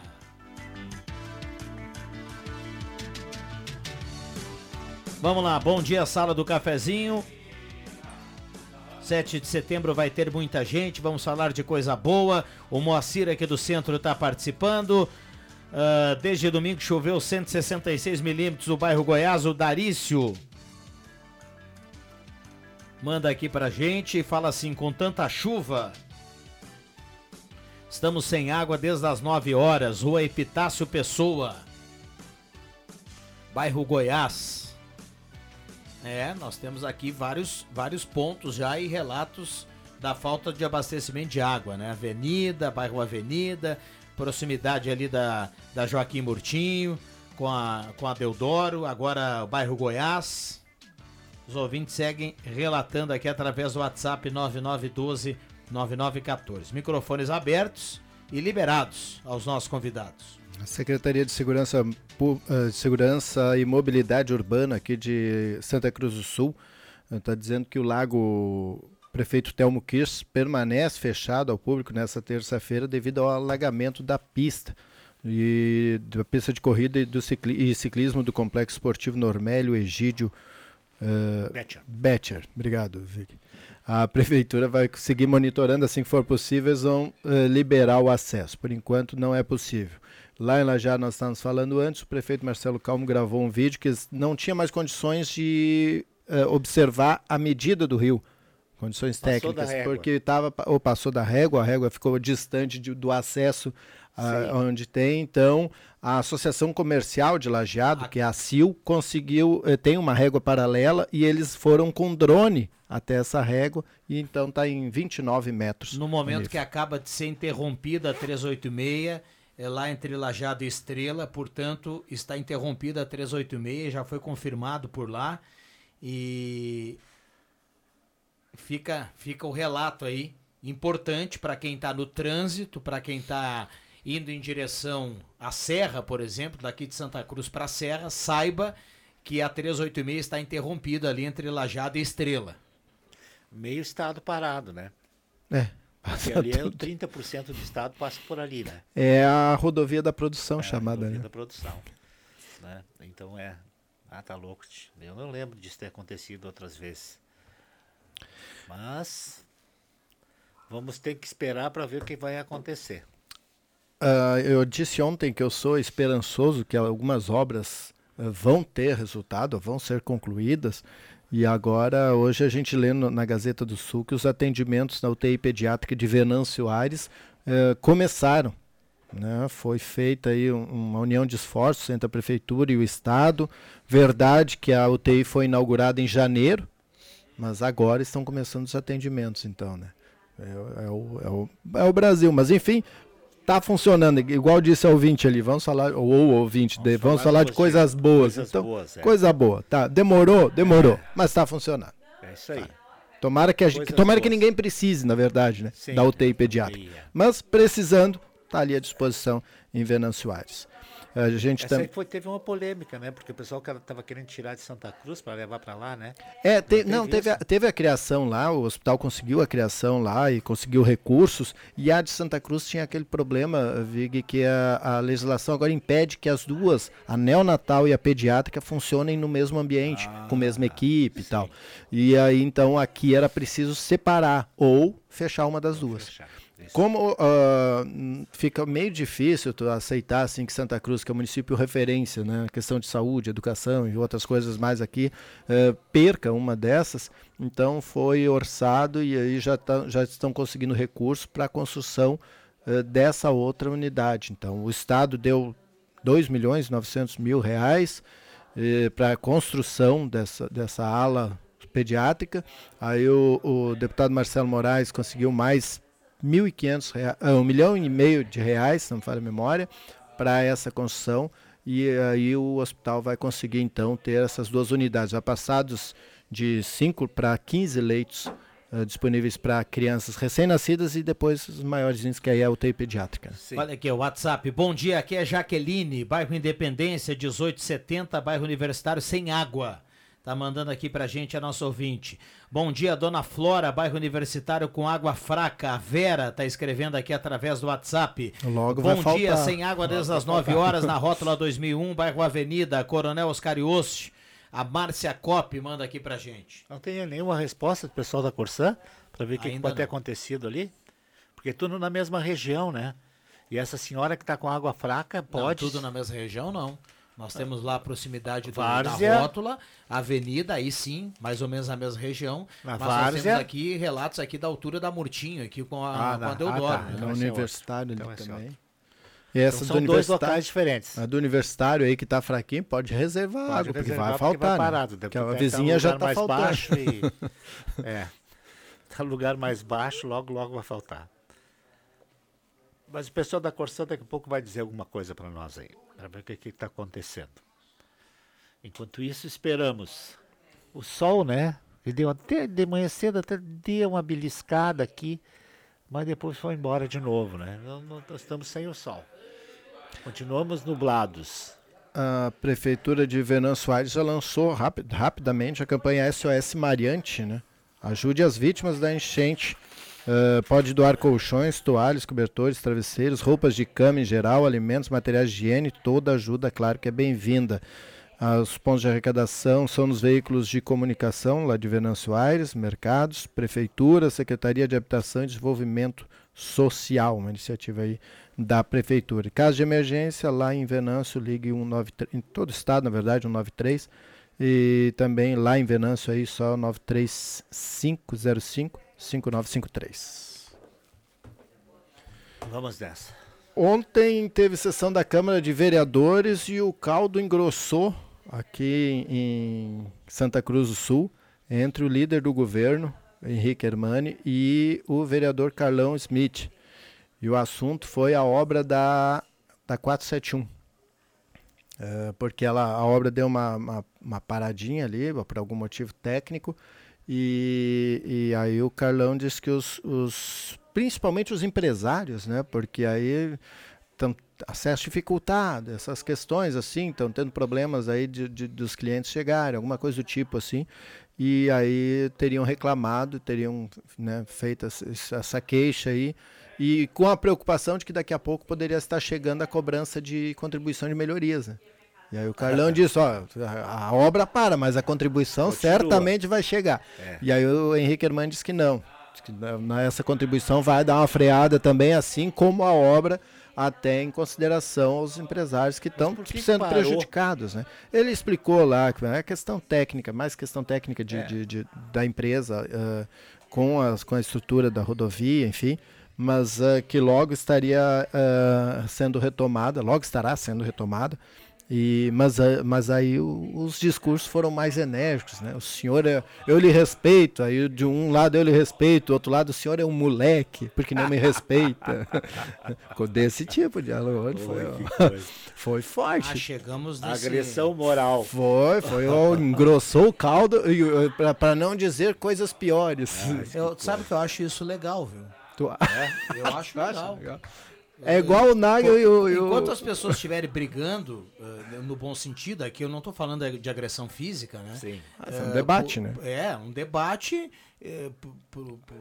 Vamos lá, bom dia, Sala do Cafezinho. sete de setembro vai ter muita gente, vamos falar de coisa boa. O Moacir aqui do centro está participando. Uh, desde domingo choveu cento e sessenta e seis milímetros no bairro Goiás. O Darício manda aqui pra gente e fala assim: com tanta chuva, estamos sem água desde as nove horas. Rua Epitácio Pessoa, bairro Goiás. É, nós temos aqui vários, vários pontos já e relatos da falta de abastecimento de água, né? Avenida, bairro Avenida, proximidade ali da, da Joaquim Murtinho, com a, com a Deodoro, agora o bairro Goiás. Os ouvintes seguem relatando aqui através do WhatsApp nove nove um dois, nove nove um quatro. Microfones abertos e liberados aos nossos convidados. A Secretaria de Segurança, uh, Segurança e Mobilidade Urbana aqui de Santa Cruz do Sul está dizendo que o Lago Prefeito Telmo Kirsch permanece fechado ao público nessa terça-feira devido ao alagamento da pista e da pista de corrida e, do cicli- e ciclismo do Complexo Esportivo Normélio Egídio uh, Betcher. Betcher. Obrigado, Vic. A Prefeitura vai seguir monitorando, assim que for possível, eles vão uh, liberar o acesso. Por enquanto não é possível. Lá em Lajá, nós estávamos falando antes, o prefeito Marcelo Calmo gravou um vídeo que não tinha mais condições de uh, observar a medida do rio, condições passou técnicas, porque estava, ou passou da régua, a régua ficou distante de, do acesso a, onde tem. Então, a Associação Comercial de Lajeado, que é a C I L, conseguiu, eh, tem uma régua paralela e eles foram com drone até essa régua e então está em vinte e nove metros. No momento que acaba de ser interrompida a trezentos e oitenta e seis, é lá entre Lajeado e Estrela, portanto, está interrompida a trezentos e oitenta e seis, já foi confirmado por lá e fica, fica o relato aí, importante para quem está no trânsito, para quem está indo em direção à Serra, por exemplo, daqui de Santa Cruz para a Serra, saiba que a trezentos e oitenta e seis está interrompida ali entre Lajeado e Estrela. Meio estado parado, né? É. Porque ali é o trinta por cento do estado passa por ali, né? É a rodovia da produção é chamada, a rodovia né? da produção, né? Então é... Ah, tá louco. Eu não lembro disso ter acontecido outras vezes. Mas... vamos ter que esperar para ver o que vai acontecer. Uh, eu disse ontem que eu sou esperançoso que algumas obras uh, vão ter resultado, vão ser concluídas. E agora, hoje a gente lê no, na Gazeta do Sul que os atendimentos na U T I pediátrica de Venâncio Aires uh, começaram. Né? Foi feita aí um, uma união de esforços entre a Prefeitura e o Estado. Verdade que a U T I foi inaugurada em janeiro, mas agora estão começando os atendimentos, então, né? É, é, o, é, o, é o Brasil, mas enfim, está funcionando, igual disse o ouvinte ali, vamos falar, ou o ouvinte, vamos, de, vamos falar, falar de coisas boas, coisas então, boas, é. coisa boa, tá, demorou, demorou, é. mas está funcionando. É isso aí. Tá. Tomara, que, a gente, tomara que ninguém precise, na verdade, né, Sim, da U T I pediátrica, é. mas precisando, está ali à disposição em Venâncio Aires. A gente Essa tam... aí foi, teve uma polêmica, né? Porque o pessoal estava querendo tirar de Santa Cruz para levar para lá, né? É, te, teve não, teve a, teve a criação lá, o hospital conseguiu a criação lá e conseguiu recursos, e a de Santa Cruz tinha aquele problema, Vig, que a, a legislação agora impede que as duas, a neonatal e a pediátrica, funcionem no mesmo ambiente, ah, com a mesma equipe sim. e tal. E aí, então, aqui era preciso separar ou fechar uma das duas. Fechar. Como uh, fica meio difícil tu aceitar assim, que Santa Cruz, que é o município referência, né, questão de saúde, educação e outras coisas mais aqui, uh, perca uma dessas, então foi orçado e aí já, tá, já estão conseguindo recursos para a construção uh, dessa outra unidade. Então o Estado deu dois milhões e novecentos mil reais uh, para a construção dessa, dessa ala pediátrica, aí o, o deputado Marcelo Moraes conseguiu mais mil e quinhentos reais, um milhão e meio de reais, se não me falha a memória, para essa construção, e aí o hospital vai conseguir então ter essas duas unidades, já passados de cinco para quinze leitos uh, disponíveis para crianças recém-nascidas e depois os maiorzinhos, que aí é a U T I pediátrica. Sim. Olha aqui o WhatsApp, bom dia, aqui é Jaqueline, bairro Independência, dezoito setenta, bairro Universitário, sem água. Tá mandando aqui pra gente a nossa ouvinte. Bom dia, dona Flora, bairro Universitário com água fraca. A Vera tá escrevendo aqui através do WhatsApp. Logo vai faltar. Bom dia, sem água desde as nove horas na Rótula dois mil e um, bairro Avenida, Coronel Oscar Ioste. A Márcia Cop manda aqui pra gente. Não tem nenhuma resposta do pessoal da Corsã pra ver o que, que pode ter acontecido ali? Porque tudo na mesma região, né? E essa senhora que tá com água fraca pode... Não, tudo na mesma região, não. Nós temos lá a proximidade do, Várzea, da Rótula, Avenida, aí sim, mais ou menos na mesma região. Na mas Várzea, nós temos aqui relatos aqui da altura da Murtinho, aqui com a, ah, com a Deodoro. Ah, tá. Então, universitário ali então também. E essa então, são dois locais diferentes. A do universitário aí que tá fraquinho, pode reservar pode água, porque vai porque faltar. Vai parado, né? Porque a vizinha já tá faltando. Baixo e, é, tá no lugar mais baixo, logo, logo vai faltar. Mas o pessoal da Corsã daqui a pouco vai dizer alguma coisa para nós aí, para ver o que está acontecendo. Enquanto isso, esperamos. O sol, né? Ele deu até de manhã cedo, até deu uma beliscada aqui, mas depois foi embora de novo, né? Não, não, nós estamos sem o sol. Continuamos nublados. A Prefeitura de Venâncio Aires já lançou rapid, rapidamente a campanha S O S Mariante, né? Ajude as vítimas da enchente. Uh, pode doar colchões, toalhas, cobertores, travesseiros, roupas de cama em geral, alimentos, materiais de higiene, toda ajuda, claro que é bem-vinda. Uh, os pontos de arrecadação são nos veículos de comunicação, lá de Venâncio Aires, mercados, prefeitura, Secretaria de Habitação e Desenvolvimento Social, uma iniciativa aí da prefeitura. Em caso de emergência, lá em Venâncio, ligue um nove três, em todo o estado, na verdade, um nove três, e também lá em Venâncio aí só nove três cinco zero cinco cinco nove cinco três. Vamos nessa. Ontem teve sessão da Câmara de Vereadores e o caldo engrossou aqui em Santa Cruz do Sul entre o líder do governo, Henrique Hermani, e o vereador Carlão Smith. E o assunto foi a obra da, da quatrocentos e setenta e um. É, porque ela, a obra deu uma, uma, uma paradinha ali, por algum motivo técnico, e, e aí o Carlão disse que os, os principalmente os empresários, né, porque aí estão acesso dificultado, essas questões assim, estão tendo problemas aí de, de, dos clientes chegarem, alguma coisa do tipo assim, e aí teriam reclamado, teriam, né, feito essa, essa queixa aí, e com a preocupação de que daqui a pouco poderia estar chegando a cobrança de contribuição de melhorias, né? E aí o Carlão disse, ó, a obra para, mas a contribuição Continua. certamente vai chegar. É. E aí o Henrique Hermani disse que não, que essa contribuição vai dar uma freada também, assim como a obra, até em consideração aos empresários que estão sendo parou? prejudicados, né? Ele explicou lá que é questão técnica, mais questão técnica de, é. de, de, da empresa, uh, com, as, com a estrutura da rodovia, enfim, mas uh, que logo estaria uh, sendo retomada, logo estará sendo retomada, e, mas, uh, mas aí o, os discursos foram mais enérgicos, né? O senhor, é, eu lhe respeito, aí de um lado eu lhe respeito, do outro lado o senhor é um moleque, porque não me respeita. Desse tipo de diálogo foi, foi forte. Ah, chegamos nesse... Agressão moral. Foi, foi, ó, engrossou o caldo, para não dizer coisas piores. Ah, eu, sabe que eu acho isso legal, viu? Tu... É, eu acho legal. legal. É igual o Nagel e o... Enquanto as pessoas estiverem brigando, uh, no bom sentido, aqui eu não estou falando de agressão física, né? Sim. Ah, é um debate, uh, né? É, um debate... É, por, por, por,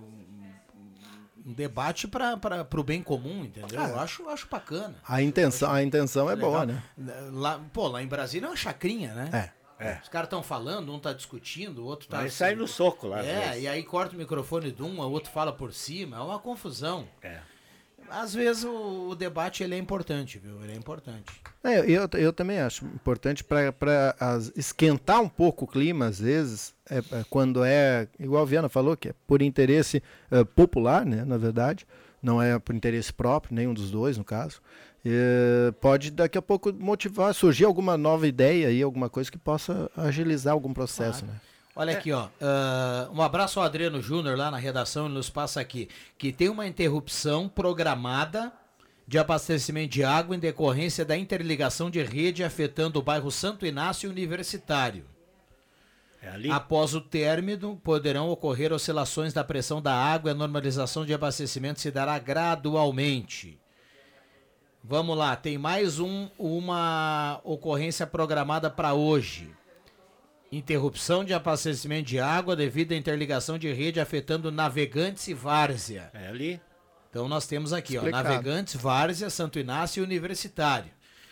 um debate para o bem comum, entendeu? Ah, eu acho, acho bacana. A intenção, acho, a intenção é legal. Boa, né? Lá, pô, lá em Brasília é uma chacrinha, né? É. É. Os caras estão falando, um tá discutindo, o outro tá... Aí sai no soco lá. É, e aí corta o microfone de um, o outro fala por cima, é uma confusão. É. Às vezes o, o debate ele é importante, viu? Ele é importante. É, eu, eu também acho importante para esquentar um pouco o clima, às vezes, é, é, quando é, igual a Viana falou, que é por interesse é, popular, né, na verdade, não é por interesse próprio, nenhum dos dois, no caso. É, pode daqui a pouco motivar, surgir alguma nova ideia aí, alguma coisa que possa agilizar algum processo, claro. Né? Olha aqui, ó, uh, um abraço ao Adriano Júnior lá na redação, ele nos passa aqui, que tem uma interrupção programada de abastecimento de água em decorrência da interligação de rede afetando o bairro Santo Inácio Universitário. É ali? Após o término, poderão ocorrer oscilações da pressão da água e a normalização de abastecimento se dará gradualmente. Vamos lá, tem mais um, uma ocorrência programada para hoje. Interrupção de abastecimento de água devido à interligação de rede afetando Navegantes e Várzea. É ali? Então nós temos aqui, ó, Explicado. Navegantes, Várzea, Santo Inácio e Universitário.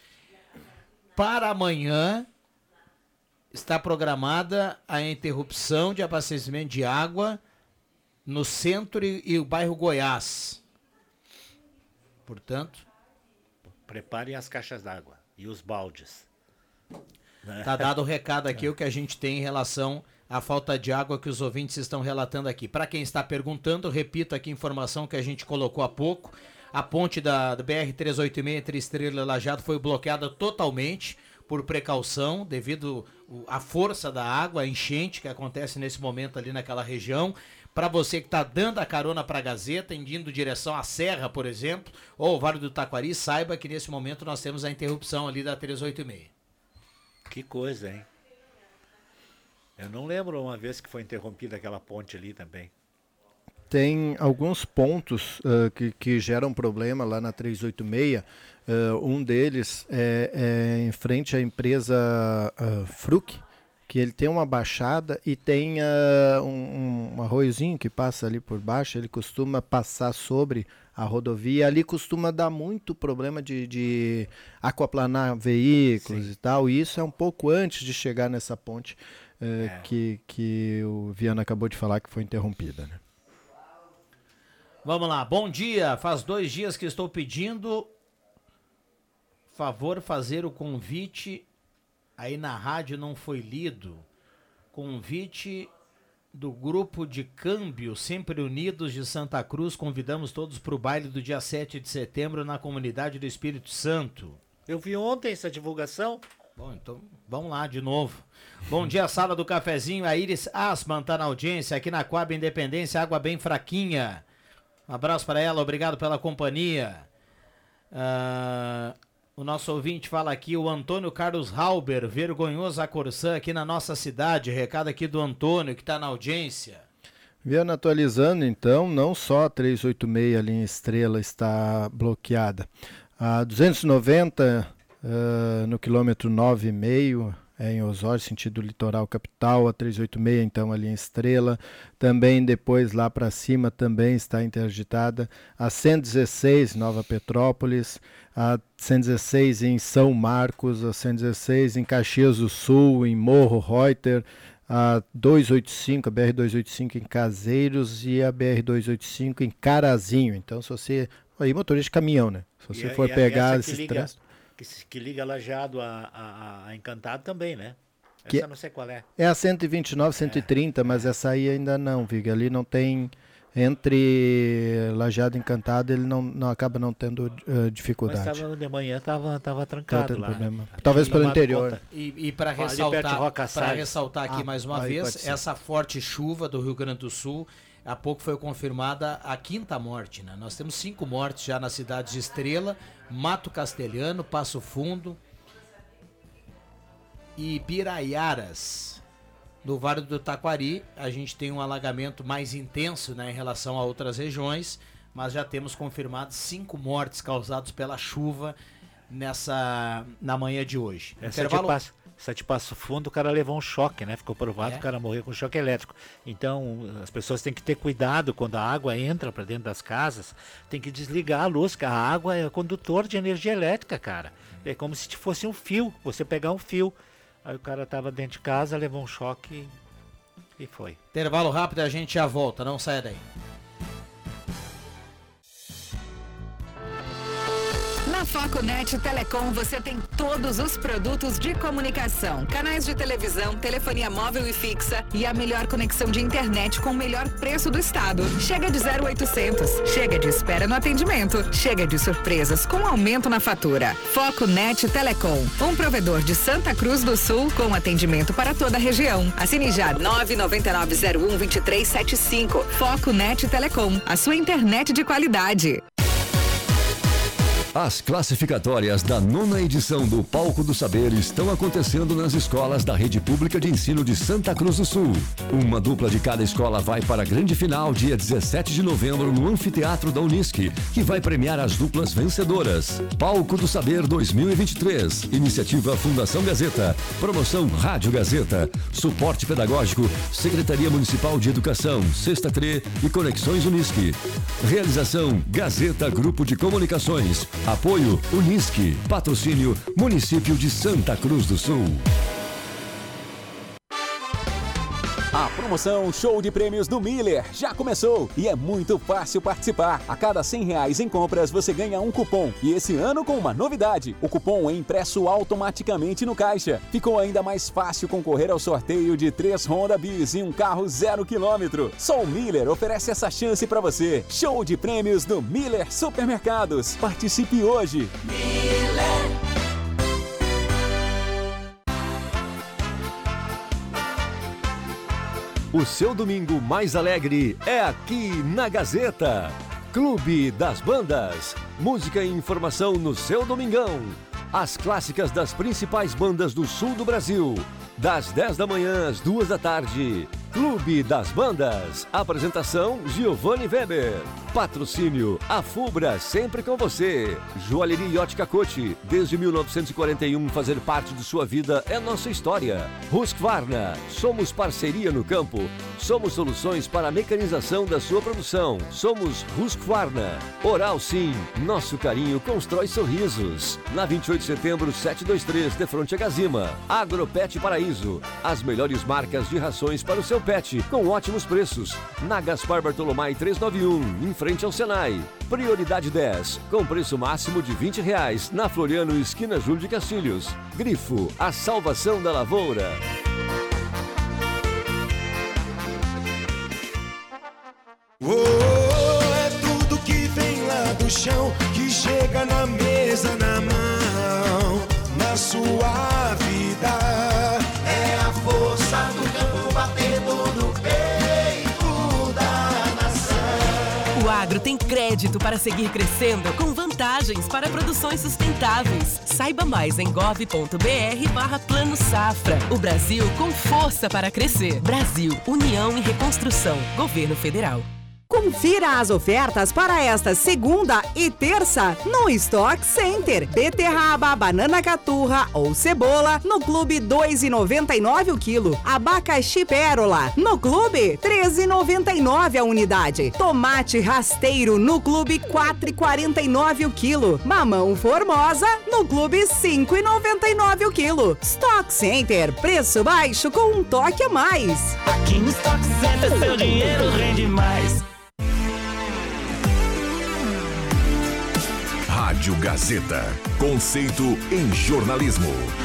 Para amanhã está programada a interrupção de abastecimento de água no centro e, e o bairro Goiás. Portanto, preparem as caixas d'água e os baldes. Tá dado o recado aqui, o que a gente tem em relação à falta de água que os ouvintes estão relatando aqui. Para quem está perguntando, repito aqui a informação que a gente colocou há pouco. A ponte da, da B R trezentos e oitenta e seis entre Estrela e Lajeado foi bloqueada totalmente por precaução, devido à força da água, a enchente que acontece nesse momento ali naquela região. Para você que está dando a carona para a Gazeta, indo em direção à Serra, por exemplo, ou Vale do Taquari, saiba que nesse momento nós temos a interrupção ali da trezentos e oitenta e seis. Que coisa, hein? Eu não lembro uma vez que foi interrompida aquela ponte ali também. Tem alguns pontos uh, que, que geram problema lá na trezentos e oitenta e seis. Uh, um deles é, é em frente à empresa uh, Fruc, que ele tem uma baixada e tem uh, um, um arroiozinho que passa ali por baixo. Ele costuma passar sobre a rodovia. Ali costuma dar muito problema de, de aquaplanar veículos. Sim. E tal. E isso é um pouco antes de chegar nessa ponte uh, é. que, que o Viana acabou de falar que foi interrompida, né? Vamos lá, bom dia. Faz dois dias que estou pedindo favor fazer o convite. Aí na rádio não foi lido. Convite do grupo de câmbio Sempre Unidos de Santa Cruz. Convidamos todos para o baile do dia sete de setembro na comunidade do Espírito Santo. Eu vi ontem essa divulgação. Bom, então vamos lá de novo. Bom dia, sala do cafezinho. A Iris Asman está na audiência aqui na Coab Independência. Água bem fraquinha. Um abraço para ela, obrigado pela companhia. Uh, o nosso ouvinte fala aqui, o Antônio Carlos Halber, vergonhoso a Corsã aqui na nossa cidade. Recado aqui do Antônio, que está na audiência. Viana, atualizando então, não só a trezentos e oitenta e seis ali em Estrela está bloqueada. A duzentos e noventa uh, no quilômetro nove e meio, é em Osório, sentido litoral capital, a trezentos e oitenta e seis então ali em Estrela, também depois lá para cima também está interditada, a cento e dezesseis Nova Petrópolis, a cento e dezesseis em São Marcos, a cento e dezesseis em Caxias do Sul, em Morro Reuter, a duzentos e oitenta e cinco, a B R duzentos e oitenta e cinco em Caseiros e a B R duzentos e oitenta e cinco em Carazinho. Então se você, aí motorista de caminhão, né? Se você e, for e pegar esses trânsitos, Que, que liga Lajeado a, a, a Encantado também, né? Essa que eu não sei qual é. É a cento e vinte e nove, cento e trinta, é, mas é. essa aí ainda não, Viga. Ali não tem, entre Lajeado e Encantado, ele não, não acaba não tendo uh, dificuldade. Mas tava, de manhã estava tava trancado lá. Problema. Talvez pelo interior. Conta. E, e para ressaltar, para ressaltar aqui ah, mais uma vez, essa forte chuva do Rio Grande do Sul, há pouco foi confirmada a quinta morte, né? Nós temos cinco mortes já nas cidades de Estrela, Mato Castelhano, Passo Fundo e Piraiaras. No Vale do Taquari, a gente tem um alagamento mais intenso, né, em relação a outras regiões, mas já temos confirmado cinco mortes causadas pela chuva nessa, na manhã de hoje. Essa Intervalo... de passo, essa de Passo Fundo, o cara levou um choque, né? Ficou provado É? que o cara morreu com choque elétrico. Então, as pessoas têm que ter cuidado quando a água entra para dentro das casas, tem que desligar a luz, que a água é condutor de energia elétrica, cara. É como se fosse um fio, você pegar um fio. Aí o cara tava dentro de casa, levou um choque e foi. Intervalo rápido e a gente já volta, não saia daí. Na Foconet Telecom você tem todos os produtos de comunicação, canais de televisão, telefonia móvel e fixa e a melhor conexão de internet com o melhor preço do estado. Chega de zero oitocentos, chega de espera no atendimento, chega de surpresas com aumento na fatura. Foconet Telecom, um provedor de Santa Cruz do Sul com atendimento para toda a região. Assine já nove nove nove zero um dois três sete cinco. Foconet Telecom, a sua internet de qualidade. As classificatórias da nona edição do Palco do Saber estão acontecendo nas escolas da Rede Pública de Ensino de Santa Cruz do Sul. Uma dupla de cada escola vai para a grande final dia dezessete de novembro no Anfiteatro da Unisc, que vai premiar as duplas vencedoras. Palco do Saber dois mil e vinte e três, iniciativa Fundação Gazeta, promoção Rádio Gazeta, suporte pedagógico, Secretaria Municipal de Educação, Sexta Tre e Conexões Unisc. Realização Gazeta Grupo de Comunicações. Apoio Unisc. Patrocínio Município de Santa Cruz do Sul. A promoção Show de Prêmios do Miller já começou e é muito fácil participar. A cada cem reais em compras você ganha um cupom. E esse ano com uma novidade, o cupom é impresso automaticamente no caixa. Ficou ainda mais fácil concorrer ao sorteio de três Honda Bis e um carro zero quilômetro. Só o Miller oferece essa chance para você. Show de Prêmios do Miller Supermercados. Participe hoje. Miller. O seu domingo mais alegre é aqui na Gazeta. Clube das Bandas. Música e informação no seu domingão. As clássicas das principais bandas do sul do Brasil. Das dez da manhã às duas da tarde. Clube das Bandas. Apresentação Giovanni Weber. Patrocínio A Fubra, sempre com você. Joalheria e Ótica Cote. Desde mil novecentos e quarenta e um, fazer parte de sua vida é nossa história. Husqvarna. Somos parceria no campo. Somos soluções para a mecanização da sua produção. Somos Husqvarna. Oral Sim. Nosso carinho constrói sorrisos. Na vinte e oito de setembro, setecentos e vinte e três, de frente a Gazima. Agropet Paraíso. As melhores marcas de rações para o seu pet, com ótimos preços. Na Gaspar Bartolomai trezentos e noventa e um, em frente ao Senai. Prioridade dez, com preço máximo de vinte reais. Na Floriano, esquina Júlio de Castilhos. Grifo, a salvação da lavoura. Oh, é tudo que vem lá do chão, que chega na mesa, na mão, na sua vida. É a força do campo batendo no peito da nação. O agro tem crédito para seguir crescendo, com vantagens para produções sustentáveis. Saiba mais em gov ponto br barra Plano Safra. O Brasil com força para crescer. Brasil, União e Reconstrução. Governo Federal. Confira as ofertas para esta segunda e terça no Stock Center. Beterraba, banana caturra ou cebola no Clube dois reais e noventa e nove centavos o quilo. Abacaxi pérola no Clube treze reais e noventa e nove centavos a unidade. Tomate rasteiro no Clube quatro reais e quarenta e nove centavos o quilo. Mamão formosa no Clube cinco reais e noventa e nove centavos o quilo. Stock Center, preço baixo com um toque a mais. Aqui no Stock Center seu dinheiro rende mais. Rádio Gazeta. Conceito em jornalismo.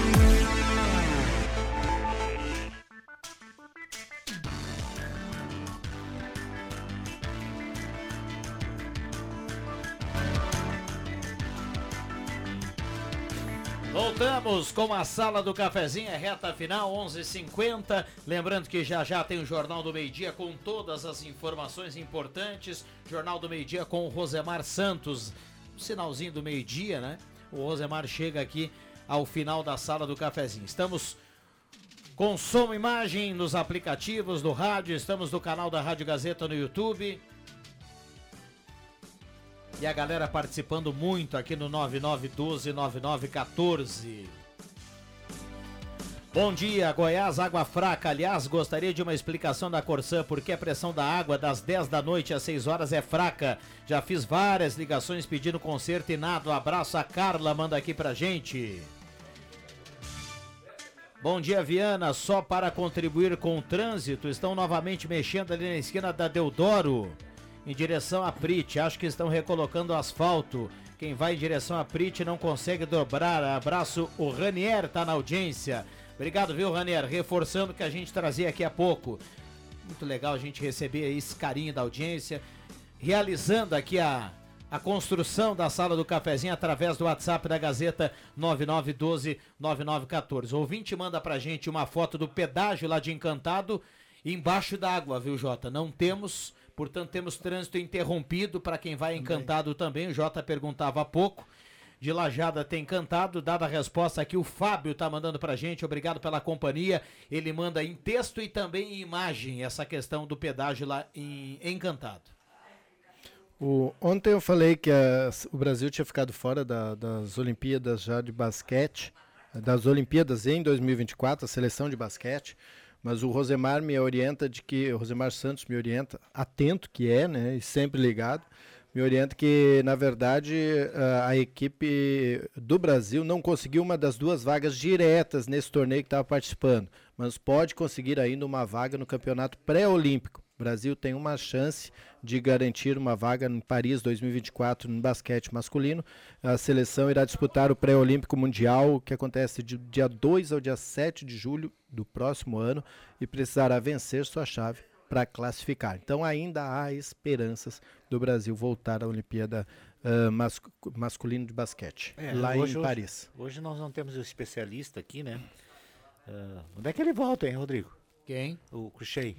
Voltamos com a Sala do Cafezinho, é reta final, onze e cinquenta. Lembrando que já já tem o Jornal do Meio-Dia com todas as informações importantes. Jornal do Meio-Dia com o Rosemar Santos. Sinalzinho do meio-dia, né? O Rosemar chega aqui ao final da Sala do Cafezinho. Estamos com som e imagem nos aplicativos do rádio, estamos no canal da Rádio Gazeta no YouTube. E a galera participando muito aqui no nove nove um dois, nove nove um quatro. Bom dia, Goiás, água fraca. Aliás, gostaria de uma explicação da Corsan, porque a pressão da água das dez da noite às seis horas é fraca. Já fiz várias ligações pedindo conserto e nada. Um abraço, a Carla manda aqui pra gente. Bom dia, Viana. Só para contribuir com o trânsito, estão novamente mexendo ali na esquina da Deodoro, em direção a Prit. Acho que estão recolocando o asfalto. Quem vai em direção a Prit não consegue dobrar. Abraço, o Ranier tá na audiência. Obrigado, viu, Ranier? Reforçando o que a gente trazia aqui há pouco. Muito legal a gente receber esse carinho da audiência. Realizando aqui a, a construção da sala do cafezinho através do WhatsApp da Gazeta nove nove um dois, nove nove um quatro. O ouvinte manda pra gente uma foto do pedágio lá de Encantado embaixo d'água, viu, Jota? Não temos, portanto, temos trânsito interrompido para quem vai Encantado também. O Jota perguntava há pouco. De Lajada tem Encantado, dada a resposta aqui, o Fábio tá mandando pra gente, obrigado pela companhia. Ele manda em texto e também em imagem essa questão do pedágio lá em Encantado. O, ontem eu falei que a, o Brasil tinha ficado fora da, das Olimpíadas já de basquete, das Olimpíadas em dois mil e vinte e quatro, a seleção de basquete, mas o Rosemar me orienta de que, o Rosemar Santos me orienta, atento que é, né, e sempre ligado, me orienta que, na verdade, a, a equipe do Brasil não conseguiu uma das duas vagas diretas nesse torneio que estava participando, mas pode conseguir ainda uma vaga no campeonato pré-olímpico. O Brasil tem uma chance de garantir uma vaga em Paris dois mil e vinte e quatro no basquete masculino. A seleção irá disputar o pré-olímpico mundial, que acontece de dia dois ao dia sete de julho do próximo ano, e precisará vencer sua chave para classificar. Então ainda há esperanças do Brasil voltar à Olimpíada uh, mas, masculino de basquete, é, lá hoje, em Paris. Hoje, hoje nós não temos um especialista aqui, né? Uh, onde é que ele volta, hein, Rodrigo? Quem? O Cruxei.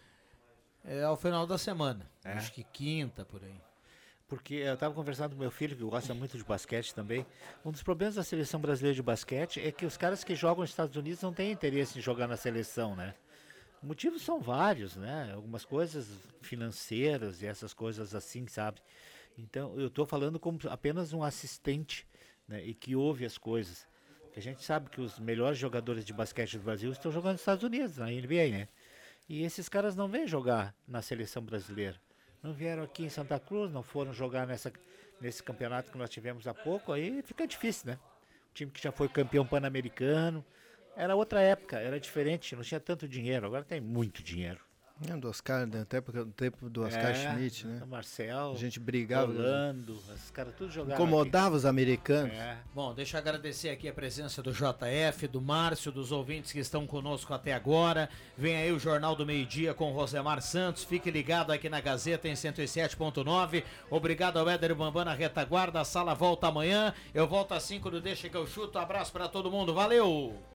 É ao final da semana, é. Acho que quinta, por aí. Porque eu estava conversando com meu filho, que gosta muito de basquete também. Um dos problemas da seleção brasileira de basquete é que os caras que jogam nos Estados Unidos não têm interesse em jogar na seleção, né? Motivos são vários, né? Algumas coisas financeiras e essas coisas assim, sabe? Então, eu estou falando como apenas um assistente, né? E que ouve as coisas. A gente sabe que os melhores jogadores de basquete do Brasil estão jogando nos Estados Unidos, na N B A, né? E esses caras não vêm jogar na seleção brasileira. Não vieram aqui em Santa Cruz, não foram jogar nessa, nesse campeonato que nós tivemos há pouco, aí fica difícil, né? O time que já foi campeão pan-americano. Era outra época, era diferente, não tinha tanto dinheiro, agora tem muito dinheiro. É, do Oscar, né? Até porque no tempo do Oscar é, Schmidt, né? O Marcel, a gente brigava. Rolando, os caras tudo jogavam. Incomodava aqui. Os americanos. É. Bom, deixa eu agradecer aqui a presença do J F, do Márcio, dos ouvintes que estão conosco até agora. Vem aí o Jornal do Meio-Dia com o Rosemar Santos. Fique ligado aqui na Gazeta em cento e sete ponto nove. Obrigado ao Éder Bambam na retaguarda. A sala volta amanhã. Eu volto às cinco do Deixa que eu chuto. Um abraço para todo mundo. Valeu!